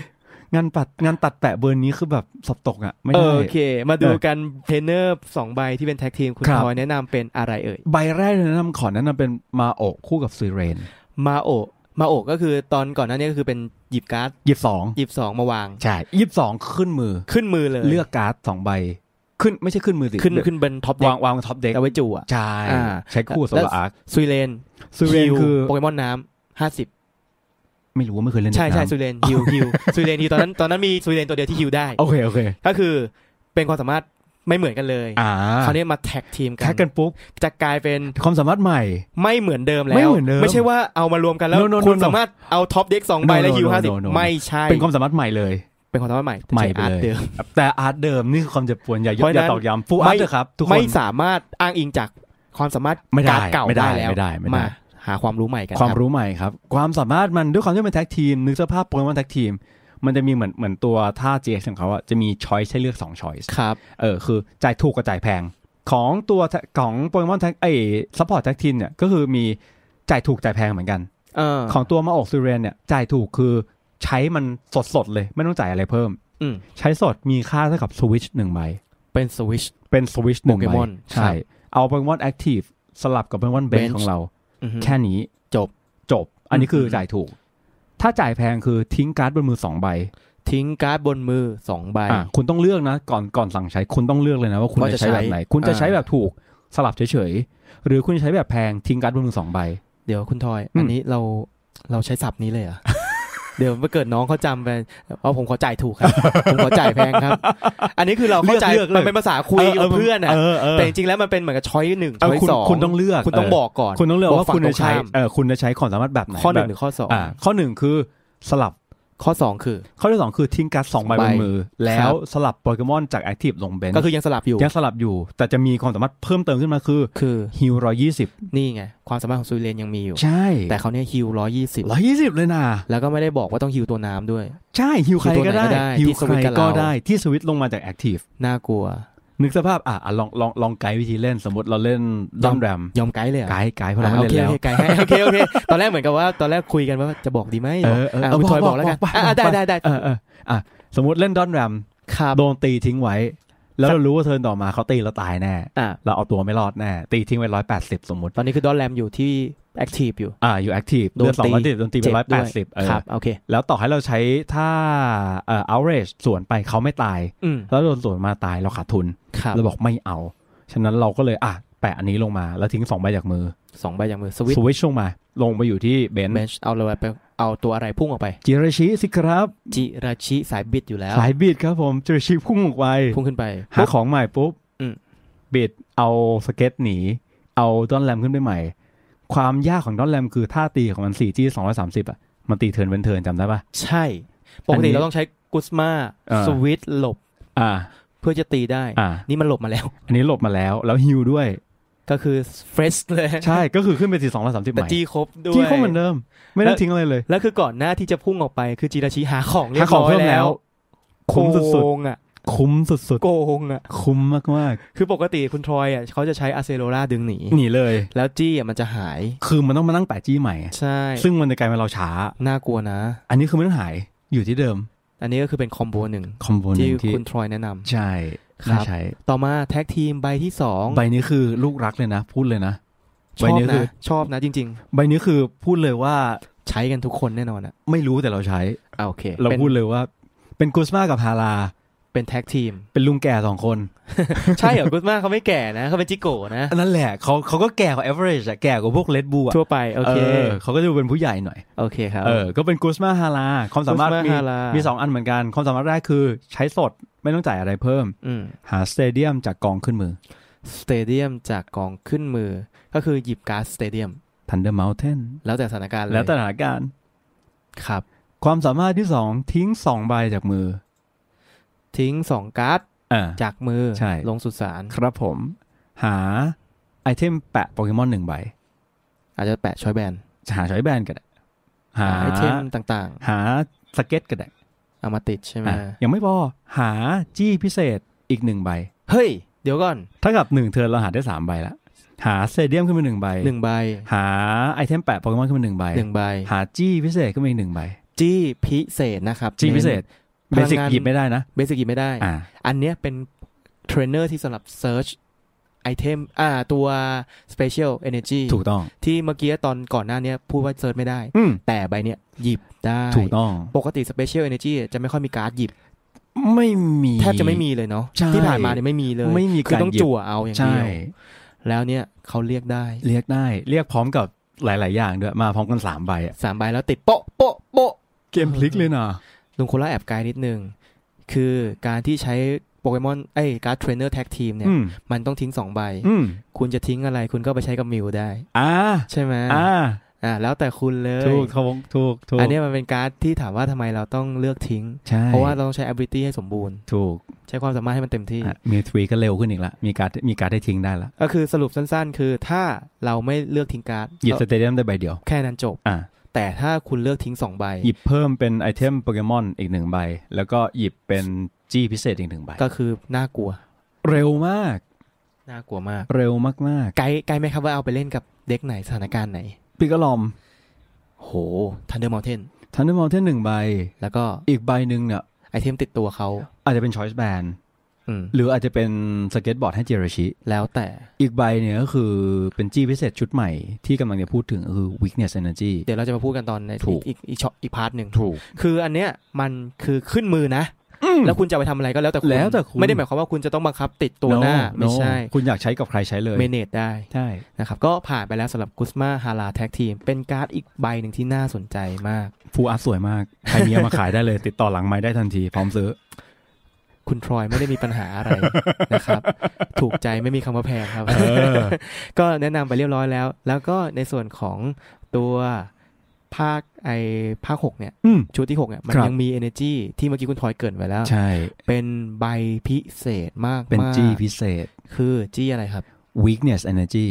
งานปัดงานตัดแปะเบอร์นี้คือแบบสอบตกอ่ะไม่ได้โอเคมาดูกันเทรนเนอร์สองใบที่เป็นแท็กทีมคุณทอยแนะนำเป็นอะไรเอ่ยใบแรกแนะนำขอแนะนำเป็นมาโอะคู่กับซุยเรนมาโอะมาโอะก็คือตอนก่อนหน้านี้ก็คือเป็นหยิบการ์ดหยิบสองหยิบสองมาวางใช่หยิบสองขึ้นมือขึ้นมือเลยเลือกการ์ดสองใบขึ้นไม่ใช่ขึ้นมือสิขึ้นขึ้นบนท็อปเด็กวางวางท็อปเด็กเอาไว้จู่อ่ะใช่ใช้คู่โซลาร์อาร์คซุยเรนซุยเรนคือโปเกมอนน้ำห้าสิบไม่รู้ว่าไม่เคยเล่นใช่ใช่ซุยเรนฮิวฮิวซุยเรนที่ตอนนั้นตอนนั้นมีซุยเรนตัวเดียวที่ฮิวได้โอเคโอเคก็คือเป็นความสามารถไม่เหมือนกันเลยคราวนี้มาแท็กทีมกันแท็กกันปุ๊บจะกลายเป็นความสามารถใหม่ไม่เหมือนเดิมแล้วไม่ใช่ว่าเอามารวมกันแล้วคุณสามารถเอาท็อปเด็กสองใบแล้วฮิวห้าสิบไม่ใช่เป็นความสามารถใหม่เลยเป็นความสามารถใหม่ใหม่ไปเลยแต่อาร์ตเดิมนี่คือความเจ็บปวดอย่ายกอย่าตอกย้ำฟูอาร์ตครับทุกคนไม่สามารถอ้างอิงจากความสามารถการเก่าได้แล้วมาหาความรู้ใหม่กันความรู้ใหม่ครับความสามารถมันด้วยความที่เป็นแท็กทีมนึกสภาพโปเกมอนแท็กทีมมันจะมีเหมือนเหมือนตัวท่า จี เอ็กซ์ ของเขาอ่ะจะมีช้อยส์ให้เลือกสองช้อยส์ครับเออคือจ่ายถูกกับจ่ายแพงของตัวของโปเกมอนแท็กไอ้ซัพพอร์ตแท็กทีมเนี่ยก็คือมีจ่ายถูกจ่ายแพงเหมือนกันเออของตัวมาออกซิเรนเนี่ยจ่ายถูกคือใช้มันสดๆเลยไม่ต้องจ่ายอะไรเพิ่มใช้สดมีค่าเท่ากับสวิตช์หนึ่งใบเป็นสวิตช์เป็นสวิตช์หนึ่งใบใช่เอาโปเกมอนแอคทีฟสลับกับโปเกมอนเบนช์ของเราแค่นี้จบจบอันนี้คือจ่ายถูกถ้าจ่ายแพงคือทิ้งการ์ดบนมือสองใบทิ้งการ์ดบนมือสองใบอ่ะคุณต้องเลือกนะก่อนก่อนสั่งใช้คุณต้องเลือกเลยนะว่าคุณจะใช้แบบไหนคุณจะใช้แบบถูกสลับเฉยๆหรือคุณจะใช้แบบแพงทิ้งการ์ดบนมือสองใบเดี๋ยวคุณทอยอันนี้เราเราใช้ศัพท์นี้เลยเหรอ เดี๋ยวเมื่อเกิดน้องเขาจำไปว่าผมขอจ่ายถูกครับผมขอจ่ายแพงครับอันนี้คือเราเข้าใจมันเป็นภาษาคุยกับเพื่อนอ่ะแต่จริงๆแล้วมันเป็นเหมือนกับช้อยหนึ่งช้อยสองคุณต้องเลือกคุณต้องบอกก่อนคุณต้องเลือกว่าคุณจะใช้เออคุณจะใช้ความสามารถแบบไหนข้อหนึ่งหรือข้อสองอ่าข้อหนึ่งคือสลับข้อสองคือข้อที่สองคือทิ้งการ์ดสองใบบนมือแล้วสลับโปเกมอนจากแอคทีฟลงเบนช์ก็คือยังสลับอยู่ยังสลับอยู่แต่จะมีความสามารถเพิ่มเติมขึ้นมาคือคือฮิลหนึ่งร้อยยี่สิบนี่ไงความสามารถของซูเรนยังมีอยู่ใช่แต่เขาเนี่ยฮิลหนึ่งร้อยยี่สิบหนึ่งร้อยยี่สิบเลยนะแล้วก็ไม่ได้บอกว่าต้องฮิลตัวน้ำด้วยใช่ฮิลใครก็ได้ฮิลใครก็ได้ที่สวิตช์ลงมาจากแอคทีฟน่ากลัวนึกสภาพอ่ะลองลองลองไกด์วิธีเล่นสมมติเราเล่นดอมแรมยอมไกด์เลยอ่ะไกด์ไกด์เพราะเราเล่นแล้วโอเคไกด์ให้โอเคโอเคตอนแรกเหมือนกับว่าตอนแรกคุยกันว่าจะบอกดีไหมเออเออคุณทอยบอกแล้วกันได้ได้ได้เออเอออ่ะสมมติเล่นดอมแรมโดนตีทิ้งไว้แล้วเรารู้ว่าเทิร์นต่อมาเขาตีเราตายแน่เราเอาตัวไม่รอดแน่ตีทิ้งไว้หนึ่งร้อยแปดสิบสมมติตอนนี้คือดอมแรมอยู่ที่แอคทีฟอยู่อ่าอยู่แอคทีฟเดือนสองร้อยตีโดนตีไปหนึ่งร้อยแปดสิบเออครับโอเคแล้วต่อให้เราใช้ถ้าเอ่อ outrage สวนไปเขาไม่ตายแล้วโดนสวนมาตายเราขาดทุนเราบอกไม่เอาฉะนั้นเราก็เลยอ่ะแปะอันนี้ลงมาแล้วทิ้งสองใบจากมือสองใบจากมือสวิตสวิตช์ลงมาลงไปอยู่ที่เบนช์เอาเลยไปเอาตัวอะไรพุ่งออกไปจิราชิสิครับจิราชิสายบิดอยู่แล้วสายบิดครับผมจิราชิพุ่งออกไปพุ่งขึ้นไปหาของใหม่ปุ๊บบิดเอาสเก็ตหนีเอาดอนแรมขึ้นไปใหม่ความยากของดอนแรมคือท่าตีของมัน สี่จี สองร้อยสามสิบอ่ะมันตีเทิร์นเว้นเทิร์นจำได้ป่ะใช่ปกติเราต้องใช้กุสมาสวิตหลบอ่าเพื่อจะตีได้นี่มันหลบมาแล้วอันนี้หลบมาแล้วแล้วฮิลด้วยก็คือเฟรชเลยใช่ก็คือขึ้นไปที่สองร้อยสามสิบใหม่แต่จี้ครบด้วยจี้ครบเหมือนเดิมไม่ได้ทิ้งอะไรเลยแล้วคือก่อนหน้าที่จะพุ่งออกไปคือจิราชิหาของเรียบร้อยแล้วคุ้มสุดๆอ่ะคุ้มสุดๆโกงอ่ะคุ้มมากๆคือปกติคุณทรอยอ่ะเขาจะใช้อาเซโรราดึงหนีหนีเลยแล้วจี้อ่ะมันจะหายคือมันต้องมานั่งแปะจี้ใหม่ใช่ซึ่งมันจะกลายเป็นเราช้าน่ากลัวนะอันนี้คือไม่ต้องหายอยู่ที่เดิมอันนี้ก็คือเป็นคอมโบหนึ่งคอมโบหนึ่งที่คุณทรอยแนะนำใช่ครับต่อมาแท็กทีมใบที่สองใบนี้คือลูกรักเลยนะพูดเลยนะชอบนะชอบนะจริงๆใบนี้คือพูดเลยว่าใช้กันทุกคนแน่นอนอ่ะไม่รู้แต่เราใช้อ่าโอเคเราพูดเลยว่าเป็นกุสมากับฮาราเป็นแท็กทีมเป็นลุงแก่สองคนใช่เหรอกุสมาเขาไม่แก่นะเขาเป็นจิโก้นะนั่นแหละเขาเขาก็แก่กว่า average อะแก่กว่าพวกเลดบูอะทั่วไปโอเคเขาก็จะเป็นผู้ใหญ่หน่อยโอเคครับเออก็เป็นกุสมาฮาราความสามารถมีมีสองอันเหมือนกันความสามารถแรกคือใช้สดไม่ต้องจ่ายอะไรเพิ่มหาสเตเดียมจากกองขึ้นมือสเตเดียมจากกองขึ้นมือก็คือหยิบการ์ดสเตเดียม Thunder Mountain แล้วแต่สถานการณ์แล้วแต่สถานการณ์ครับความสามารถที่สองทิ้งสองใบจากมือทิ้งสองการ์ดจากมือลงสุสานครับผมหาไอเทมแปะโปเกมอนหนึ่งใบอาจจะแปะช้อยแบนหาช้อยแบนก็ได้หาไอเทมต่างๆหาสเก็ตก็ได้เอามาติดใช่ไหมยังไม่พอหาจี้พิเศษอีกหนึ่งใบเฮ้ยเดี๋ยวก่อนถ้ากับหนึ่งเทิร์นเราหาได้สามใบแล้วหาสเตเดียมขึ้นมาหนึ่งใบหนึ่งใบหาไอเทมแปะโปเกมอนขึ้นมาหนึ่งใบหนึ่งใบหาจี้พิเศษขึ้นมาอีกหนึ่งใบจี้พิเศษนะครับจี้พิเศษเบสิกหยิบไม่ได้นะเบสิกหยิบไม่ได้อ่าอันเนี้ยเป็นเทรนเนอร์ที่สำหรับเซิร์ชไอเทมอ่าตัว Special Energy ถูกต้องที่เมื่อกี้ตอนก่อนหน้านี้พูดว่าเซิร์ชไม่ได้แต่ใบเนี้ยหยิบได้ถูกต้องปกติ Special Energy จะไม่ค่อยมีการ์ดหยิบไม่มีแทบจะไม่มีเลยเนาะที่ผ่านมาเนี่ยไม่มีเลยไม่มีคือต้องจั่วเอาอย่างเดียวแล้วเนี่ยเขาเรียกได้เรียกได้เรียกพร้อมกับหลายๆอย่างด้วยมาพร้อมกันสามใบอ่ะสามใบแล้วติดโป๊ะโป๊ะโป๊ะเกมพลิกเลยนะลุงโคล่าแอบไกลนิดนึงคือการที่ใช้โปเกมอนไอ้การ์ดเทรนเนอร์แท็กทีมเนี่ยมันต้องทิ้งสองใบคุณจะทิ้งอะไรคุณก็ไปใช้กับมิวได้อ่าใช่ไหมอ่าอ่าแล้วแต่คุณเลยถูกถูกถูกถูกอันนี้มันเป็นการ์ดที่ถามว่าทำไมเราต้องเลือกทิ้งเพราะว่าเราต้องใช้ ability ให้สมบูรณ์ถูกใช้ความสามารถให้มันเต็มที่มิวทรีก็เร็วขึ้นอีกละมีการ์ดมีการ์ดให้ทิ้งได้ละก็คือสรุปสั้นๆคือถ้าเราไม่เลือกทิ้งการ์ดหยิบสเตเดียมได้ใบเดียวแค่นั้นจบอ่าแต่ถ้าคุณเลือกทิ้งสองใบหยิบเพิ่มเป็นไอเทมโปเกมอนอีกหนึ่งใบแล้วก็หยิบเป็นจี้พิเศษอีกหนึ่งใบก็คือน่ากลัวเร็วมากน่ากลัวมากเร็วมากๆไกด์ไกด์ไหมครับว่าเอาไปเล่นกับเด็กไหนสถานการณ์ไหนปิกาลอมโห Thunder Mountain Thunder Mountain หนึ่งใบแล้วก็อีกใบหนึ่งเนี่ยไอเทมติดตัวเขาอาจจะเป็น Choice Band หรืออาจจะเป็นสเก็ตบอร์ดให้เจราชิแล้วแต่อีกใบเนี่ยก็คือเป็นจี้พิเศษชุดใหม่ที่กำลังจะพูดถึงคือ Weakness Energy เดี๋ยวเราจะมาพูดกันตอนในอีกอีกอีกพาร์ทหนึ่งถูกคืออันเนี้ยมันคือขึ้นมือนะแล้วคุณจะไปทำอะไรก็แล้วแต่คุณแล้วแต่คุณไม่ได้หมายความว่าคุณจะต้องบังคับติดตัว no, หน้าไม่ใช่คุณอยากใช้กับใครใช้เลยเมเนจได้ใช่นะครับก็ผ่านไปแล้วสำหรับกุสมาฮาราแท็กทีมเป็นการ์ดอีกใบหนึ่งที่น่าสนใจมากฟูอาร์ตสวยมากใครมีเอามาขายได้เลยติดต่อหลังไมค์ได้ทันทีพร้อมซื้อคุณทรอยไม่ได้มีปัญหาอะไรนะครับถูกใจไม่มีคำว่าแพงครับ ก็แนะนำไปเรียบร้อยแล้วแล้วก็ในส่วนของตัวภาคไอภาคหกเนี่ยชุดที่หกเนี่ยมันยังมี energy ที่เมื่อกี้คุณทอยเกริ่นไว้แล้วใช่เป็นใบพิเศษมากๆเป็นจี้พิเศษคือจี้อะไรครับ weakness energy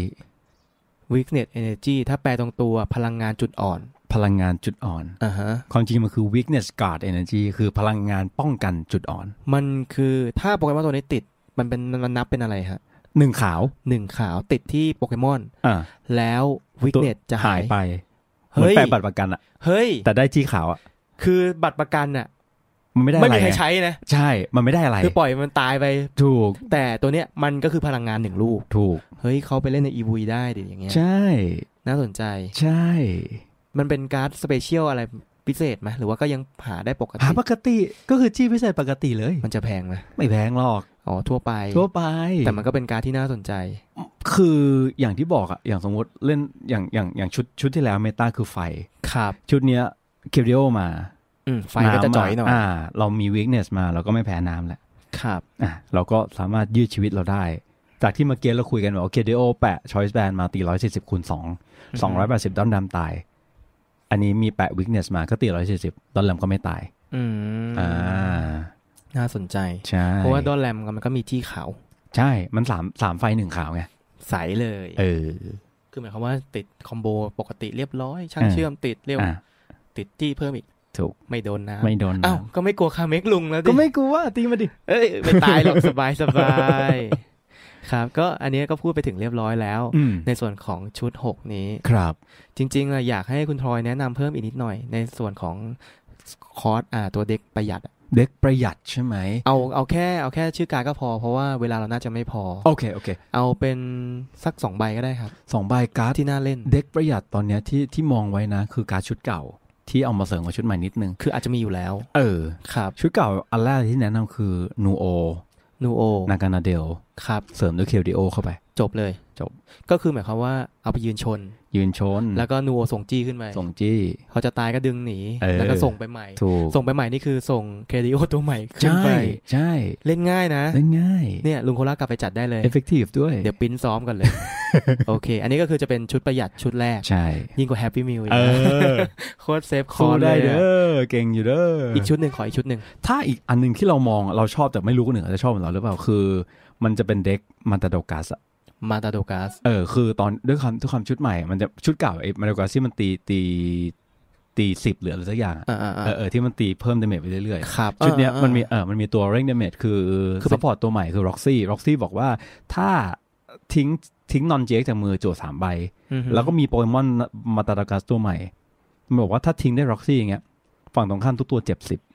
weakness energy ถ้าแปลตรงตัวพลังงานจุดอ่อนพลังงานจุดอ่อนอ่าฮะความจริงมันคือ weakness guard energy คือพลังงานป้องกันจุดอ่อนมันคือถ้าโปเกมอนตัวนี้ติดมันเป็นมันนับเป็นอะไรฮะหนึ่งขาวหนึ่งขาวติดที่โปเกมอนอ่าแล้ว weakness จะหายไปเหมือนแปะบัตรประกันอะเฮ้ยแต่ได้จี้ขาวอะคือบัตรประกันอะมันไม่ได้อะไรไม่มีใครใช้นะใช่มันไม่ได้อะไรคือปล่อยมันตายไปถูกแต่ตัวเนี้ยมันก็คือพลังงานหนึ่งลูกถูกเฮ้ยเขาไปเล่นใน อี วี ได้ดิอย่างเงี้ยใช่น่าสนใจใช่มันเป็นการ์ดสเปเชียลอะไรพิเศษไหมหรือว่าก็ยังหาได้ปกติหาปกติก็คือจี้พิเศษปกติเลยมันจะแพงไหมไม่แพงหรอกอ๋อทั่วไปทั่วไปแต่มันก็เป็นการ์ดที่น่าสนใจคืออย่างที่บอกอะอย่างสมมติเล่นอย่างอย่างอย่างชุดชุดที่แล้วเมตาคือไฟครับชุดเนี้ยเคเดียลมาไฟก็จะจ่อยหน่อยอ่าเรามี weakness มาเราก็ไม่แพ้น้ำแหละครับอ่ะเราก็สามารถยืดชีวิตเราได้จากที่เมื่อกี้เราคุยกันว่าเคเดียลแปะ choice band มาตีหนึ่งร้อยสี่สิบคูณสอง สองร้อยแปดสิบด้อมดำตายอันนี้มีแปะ weakness มาก็ตีหนึ่งร้อยสี่สิบด้อมดำก็ไม่ตายอืมอ่าน่าสนใจใช่เพราะว่าด้อมดำมันก็มีที่ขาวใช่มันสามสามไฟหนึ่งขาวไงใสเลยเออคือหมายความว่าติดคอมโบปกติเรียบร้อยช่างเชื่อมติดเร็วติดจี้เพิ่มอีกถูกไม่โดนนะไม่โดนอ้าวก็ไม่กลัวคาเมกลุงแล้วดิก็ไม่กลัวตีมาดิเอ้ยไม่ตายหรอกสบายสบายครับก็อันนี้ก็พูดไปถึงเรียบร้อยแล้วในส่วนของชุดหกนี้ครับจริงๆอ่ะอยากให้คุณทรอยแนะนำเพิ่มอีกนิดหน่อยในส่วนของคอร์สอ่าตัวเด็กประหยัดเด็กประหยัดใช่ไหมเอาเอาแค่เอาแค่ชื่อการก็พอเพราะว่าเวลาเราน่าจะไม่พอโอเคโอเคเอาเป็นสักสองใบก็ได้ครับสองใบการ์ดที่น่าเล่นเด็กประหยัดตอนเนี้ยที่ที่มองไว้นะคือการ์ดชุดเก่าที่เอามาเสริมกับชุดใหม่นิดนึงคืออาจจะมีอยู่แล้วเออครับชุดเก่าอันแรกที่แนะนำคือนูโอนูโอนากานาเดลครับเสริมด้วยเคลดิโอเข้าไปจบเลยจบก็คือหมายความว่าเอาไปยืนชนยืนชนแล้วก็นูโอส่งจี้ขึ้นไปส่งจี้เขาจะตายก็ดึงหนีแล้วก็ส่งไปใหม่ส่งไปใหม่นี่คือส่งเคลดิโอตัวใหม่ขึ้นไปใช่เล่นง่ายนะเล่นง่ายเนี่ยลุงโคล่ากลับไปจัดได้เลย effective ด้วยเดี๋ยวปิ้นซ้อมกันเลยโอเคอันนี้ก็คือจะเป็นชุดประหยัดชุดแรกใช่ยิ่งกว่าแฮปปี้มิลเออโคตรเซฟคอร์ได้เด้อเก่งอยู่เด้ออีกชุดนึงขออีกชุดนึงถ้าอีกอันนึงที่เรามองเราชอบแต่ไม่รู้คนอื่นจะชอบเหมือนเราหรือเปล่าคือมันจะเป็นเด็กมาตาโดกัสอะมาตาโดกัสเออคือตอนด้วยคำด้วยคำชุดใหม่มันจะชุดเก่าไอ้มาตาโดกัสที่มันตีตีตีสิบหรืออะไรสักอย่างเออเออที่มันตีเพิ่มดาเมจไปเรื่อยๆชุดเนี้ยมันมีเออมันมีตัวเร่งดาเมจคือซัพพอร์ตตัวใหม่คือ Roxy Roxy บอกว่าถ้าทิ้งทิ้งนอนเจคจากมือโจทย์สามใบแล้วก็มีโปเกมอนมาตาโดกัสตัวใหม่มันบอกว่าถ้าทิ้งได้ Roxy อย่างเงี้ยฝั่งตรงข้ามทุกตัวเจ็บสิบ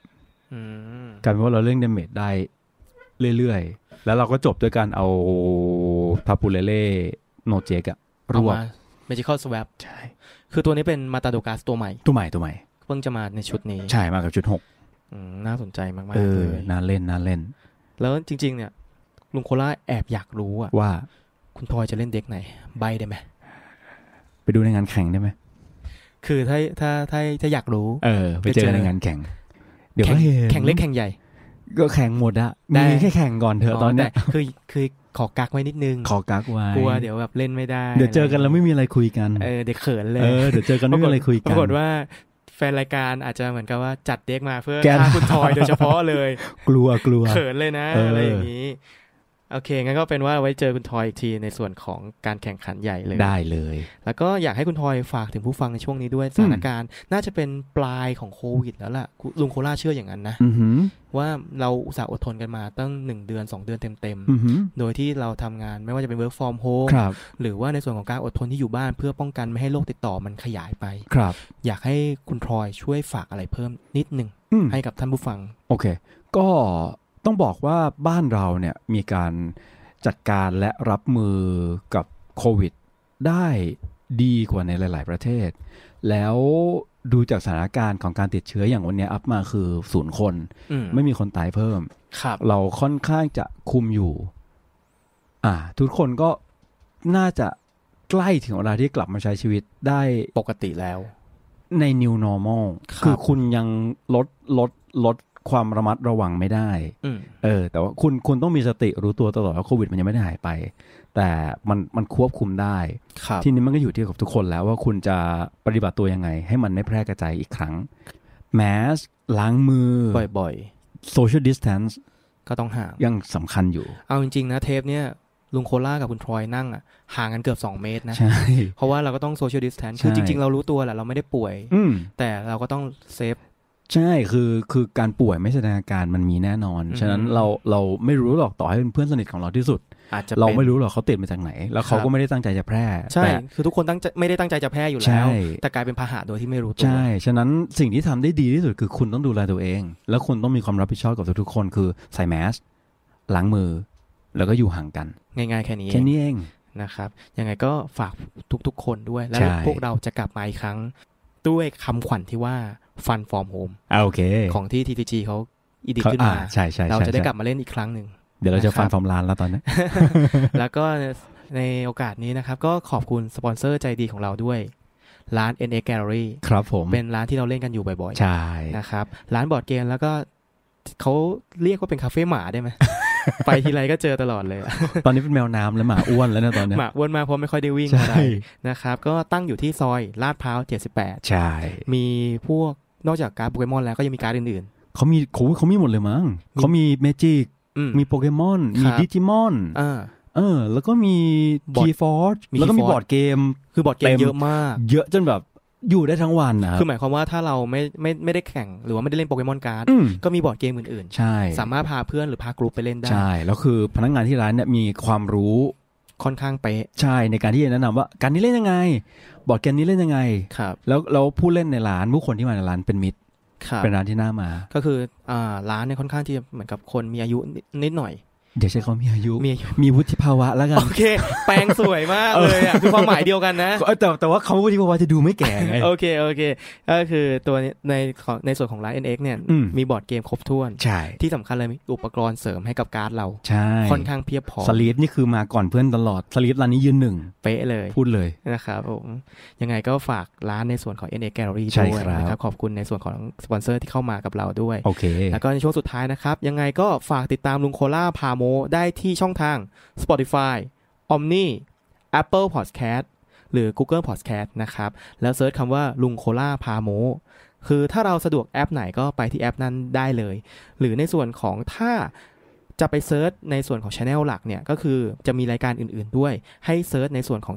กลายเป็นว่าเราเล่น damage ได้เรื่อยๆแล้วเราก็จบด้วยการเอาทาปูเลเล่โนเจกอะรวบ Magical Swap ใช่คือตัวนี้เป็นมาตาโดกัสตัวใหม่ตัวใหม่ตัวใหม่เพิ่งจะมาในชุดนี้ใช่มากับชุดหกอืมน่าสนใจมากๆเออเลยน่าเล่นน่าเล่นแล้วจริงๆเนี่ยลุงโคล่าแอบอยากรู้อะว่าคุณทอยจะเล่นเด็กไหนใบได้ไหมไปดูในงานแข่งได้ไหมคือถ้าถ้าถ้าถ้าอยากรู้เออไปเจอในงานแข่งเดี๋ยวก็เห็นแข่งเล็กแข่งใหญ่ก็แข่งหมดอะมีแค่แข่งก่อนเถอะตอนนี้คือคือขอกักไว้นิดนึงขอกักไว้กลัวเดี๋ยวแบบเล่นไม่ได้เดี๋ยวเจอกันแล้วไม่มีอะไรคุยกันเออเด็กเขินเลยเออเดี๋ยวเจอกันไม่มีอะไรคุยกันปรากฏว่าแฟนรายการอาจจะเหมือนกับว่าจัดเด็กมาเพื่อฆ่าคุณทอยโดยเฉพาะเลยกลัวกลัวเขินเลยนะอะไรอย่างนี้โอเคงั้นก็เป็นว่าไว้เจอคุณทอยอีกทีในส่วนของการแข่งขันใหญ่เลยได้เลยแล้วก็อยากให้คุณทอยฝากถึงผู้ฟังในช่วงนี้ด้วยสถานการณ์น่าจะเป็นปลายของโควิดแล้วล่ะลุงโคล่าเชื่ออย่างนั้นนะว่าเราอุตส่าห์อดทนกันมาตั้งหนึ่งเดือนสองเดือนเต็มๆโดยที่เราทำงานไม่ว่าจะเป็น work from home หรือว่าในส่วนของการอดทนที่อยู่บ้านเพื่อป้องกันไม่ให้โรคติดต่อมันขยายไปอยากให้คุณทอยช่วยฝากอะไรเพิ่มนิดนึงให้กับท่านผู้ฟังโอเคก็ต้องบอกว่าบ้านเราเนี่ยมีการจัดการและรับมือกับโควิดได้ดีกว่าในหลายๆประเทศแล้วดูจากสถานการณ์ของการติดเชื้ออย่างวันนี้อัพมาคือศูนย์คนไม่มีคนตายเพิ่มเราค่อนข้างจะคุมอยู่อ่าทุกคนก็น่าจะใกล้ถึงเวลาที่กลับมาใช้ชีวิตได้ปกติแล้วใน new normal คือคุณยังลดลดลดความระมัดระวังไม่ได้เออแต่ว่าคุณคุณต้องมีสติรู้ตัวตลอดว่าโควิดมันยังไม่ได้หายไปแต่มันมันควบคุมได้ทีนี้มันก็อยู่ที่กับทุกคนแล้วว่าคุณจะปฏิบัติตัวยังไงให้มันไม่แพร่กระจายอีกครั้งแมสล้างมือบ่อยๆ social distance ก็ต้องห่างยังสำคัญอยู่เอาจริงๆนะเทปเนี้ยลุงโคล่ากับคุณทรอยนั่งอ่ะห่างกันเกือบสองเมตรนะใช่เพราะว่าเราก็ต้อง social distance คือจริงๆเรารู้ตัวแหละเราไม่ได้ป่วยแต่เราก็ต้องเซฟใช่คือคือการป่วยไม่แสดงอาการมันมีแน่นอนฉะนั้นเราเราไม่รู้หรอกต่อให้เป็นเพื่อนสนิทของเราที่สุดเราไม่รู้หรอกเขาติดมาจากไหนแล้วเขาก็ไม่ได้ตั้งใจจะแพร่ใช่คือทุกคนตั้งไม่ได้ตั้งใจจะแพร่อยู่แล้วแต่กลายเป็นพาหะโดยที่ไม่รู้ตัวใช่ฉะนั้นสิ่งที่ทำได้ดีที่สุดคือคุณต้องดูแลตัวเองแล้วคุณต้องมีความรับผิดชอบกับทุกๆคนคือใส่แมสล้างมือแล้วก็อยู่ห่างกันง่ายๆแค่นี้แค่นี้เองนะครับยังไงก็ฝากทุกๆคนด้วยแล้วพวกเราจะกลับมาอีกครั้งด้วยคำขวัญที่ว่าFun from home โอเคของที่ ที ที จี เขาอีดิทขึ้นมาใช่ๆเราจะได้กลับมาเล่นอีกครั้งหนึ่งเดี๋ยวเราจะฟันฟอร์มลานแล้วตอนนี้แล้วก็ในโอกาสนี้นะครับก็ขอบคุณสปอนเซอร์ใจดีของเราด้วยร้าน เอ็น เอ็กซ์ Gallery ครับผมเป็นร้านที่เราเล่นกันอยู่บ่อยๆใช่นะครับร้านบอร์ดเกมแล้วก็เขาเรียกว่าเป็นคาเฟ่หมาได้ไหม ไปทีไรก็เจอตลอดเลยตอนนี้เป็นแมวน้ำแล้วหมาอ้วนแล้วนะตอนนี้หมาอ้วนมากเพราะไม่ค่อยได้วิ่งอะไรนะครับก็ตั้งอยู่ที่ซอยลาดพร้าวเจ็ดสิบแปดใช่มีพวกนอกจากการ์ดโปเกมอนแล้วก็ยังมีการ์ดอื่นๆเขามีเขาเขามีหมดเลยมั้งเขามีเมจิกมีโปเกมอนมีดิจิมอนเออแล้วก็มีคีย์ฟอร์จแล้วก็มีบอร์ดเกมคือบอร์ดเกมเยอะมากเยอะจนแบบอยู่ได้ทั้งวันนะคือหมายความว่าถ้าเราไม่ไม่ไม่ได้แข่งหรือว่าไม่ได้เล่นโปเกมอนการ์ดก็มีบอร์ดเกมอื่นๆใช่สามารถพาเพื่อนหรือพากรุ๊ปไปเล่นได้ใช่แล้วคือพนักงานที่ร้านเนี่ยมีความรู้ค่อนข้างเป๊ะใช่ในการที่จะแนะนำว่าการนี้เล่นยังไงบอร์ดเกมนี้เล่นยังไงครับแล้วแล้วผู้เล่นในร้านผู้คนที่มาในร้านเป็นมิตรเป็นร้านที่น่ามาก็คืออ่าร้านเนี่ยค่อนข้างที่เหมือนกับคนมีอายุนิดหน่อยเดี๋ยวใช้เขามีอายุมีวุฒิภาวะแล้วกันโอเคแปลงสวยมากเลยอ่ะคือความหมายเดียวกันนะแต่แต่ว่าเขาวุฒิภาวะจะดูไม่แก่ไงโอเคโอเคก็คือตัวในในส่วนของร้าน เอ็น เอ็กซ์ เนี่ยมีบอร์ดเกมครบถ้วนใช่ที่สำคัญเลยมีอุปกรณ์เสริมให้กับการ์ดเราใช่ค่อนข้างเพียบพร้อมสลีปนี่คือมาก่อนเพื่อนตลอดสลีปร้านนี้ยืนหนึ่งเป๊ะเลยพูดเลยนะครับผมยังไงก็ฝากร้านในส่วนของ เอ็น เอ็กซ์ Gallery ด้วยนะครับขอบคุณในส่วนของสปอนเซอร์ที่เข้ามากับเราด้วยโอเคแล้วก็ในช่วงสุดท้ายนะครับยังไงก็ฝากติดตามลุงโคล่าพาโมได้ที่ช่องทาง Spotify Omni Apple Podcast หรือ Google Podcast นะครับแล้วเซิร์ชคำว่าลุงโคล่าพาโมคือถ้าเราสะดวกแอปไหนก็ไปที่แอปนั้นได้เลยหรือในส่วนของถ้าจะไปเซิร์ชในส่วนของ Channel หลักเนี่ยก็คือจะมีรายการอื่นๆด้วยให้เซิร์ชในส่วนของ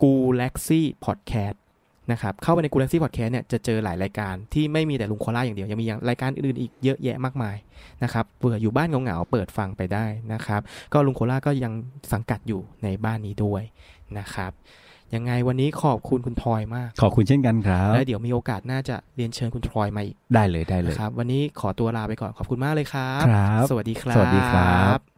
Galaxy Podcast นะครับเข้าไปใน Galaxy Podcast เนี่ยจะเจอหลายรายการที่ไม่มีแต่ลุงโคล่าอย่างเดียวยังมีรายการอื่นๆอีกเยอะแยะมากมายนะครับเผื่ออยู่บ้านเหงาๆเปิดฟังไปได้นะครับก็ลุงโคล่าก็ยังสังกัดอยู่ในบ้านนี้ด้วยนะครับยังไงวันนี้ขอบคุณคุณทอยมากขอบคุณเช่นกันครับแล้วเดี๋ยวมีโอกาสน่าจะเรียนเชิญคุณทอยมาอีกได้เลยได้เลยครับวันนี้ขอตัวลาไปก่อนขอบคุณมากเลยครับครับสวัสดีครับสวัสดีครับ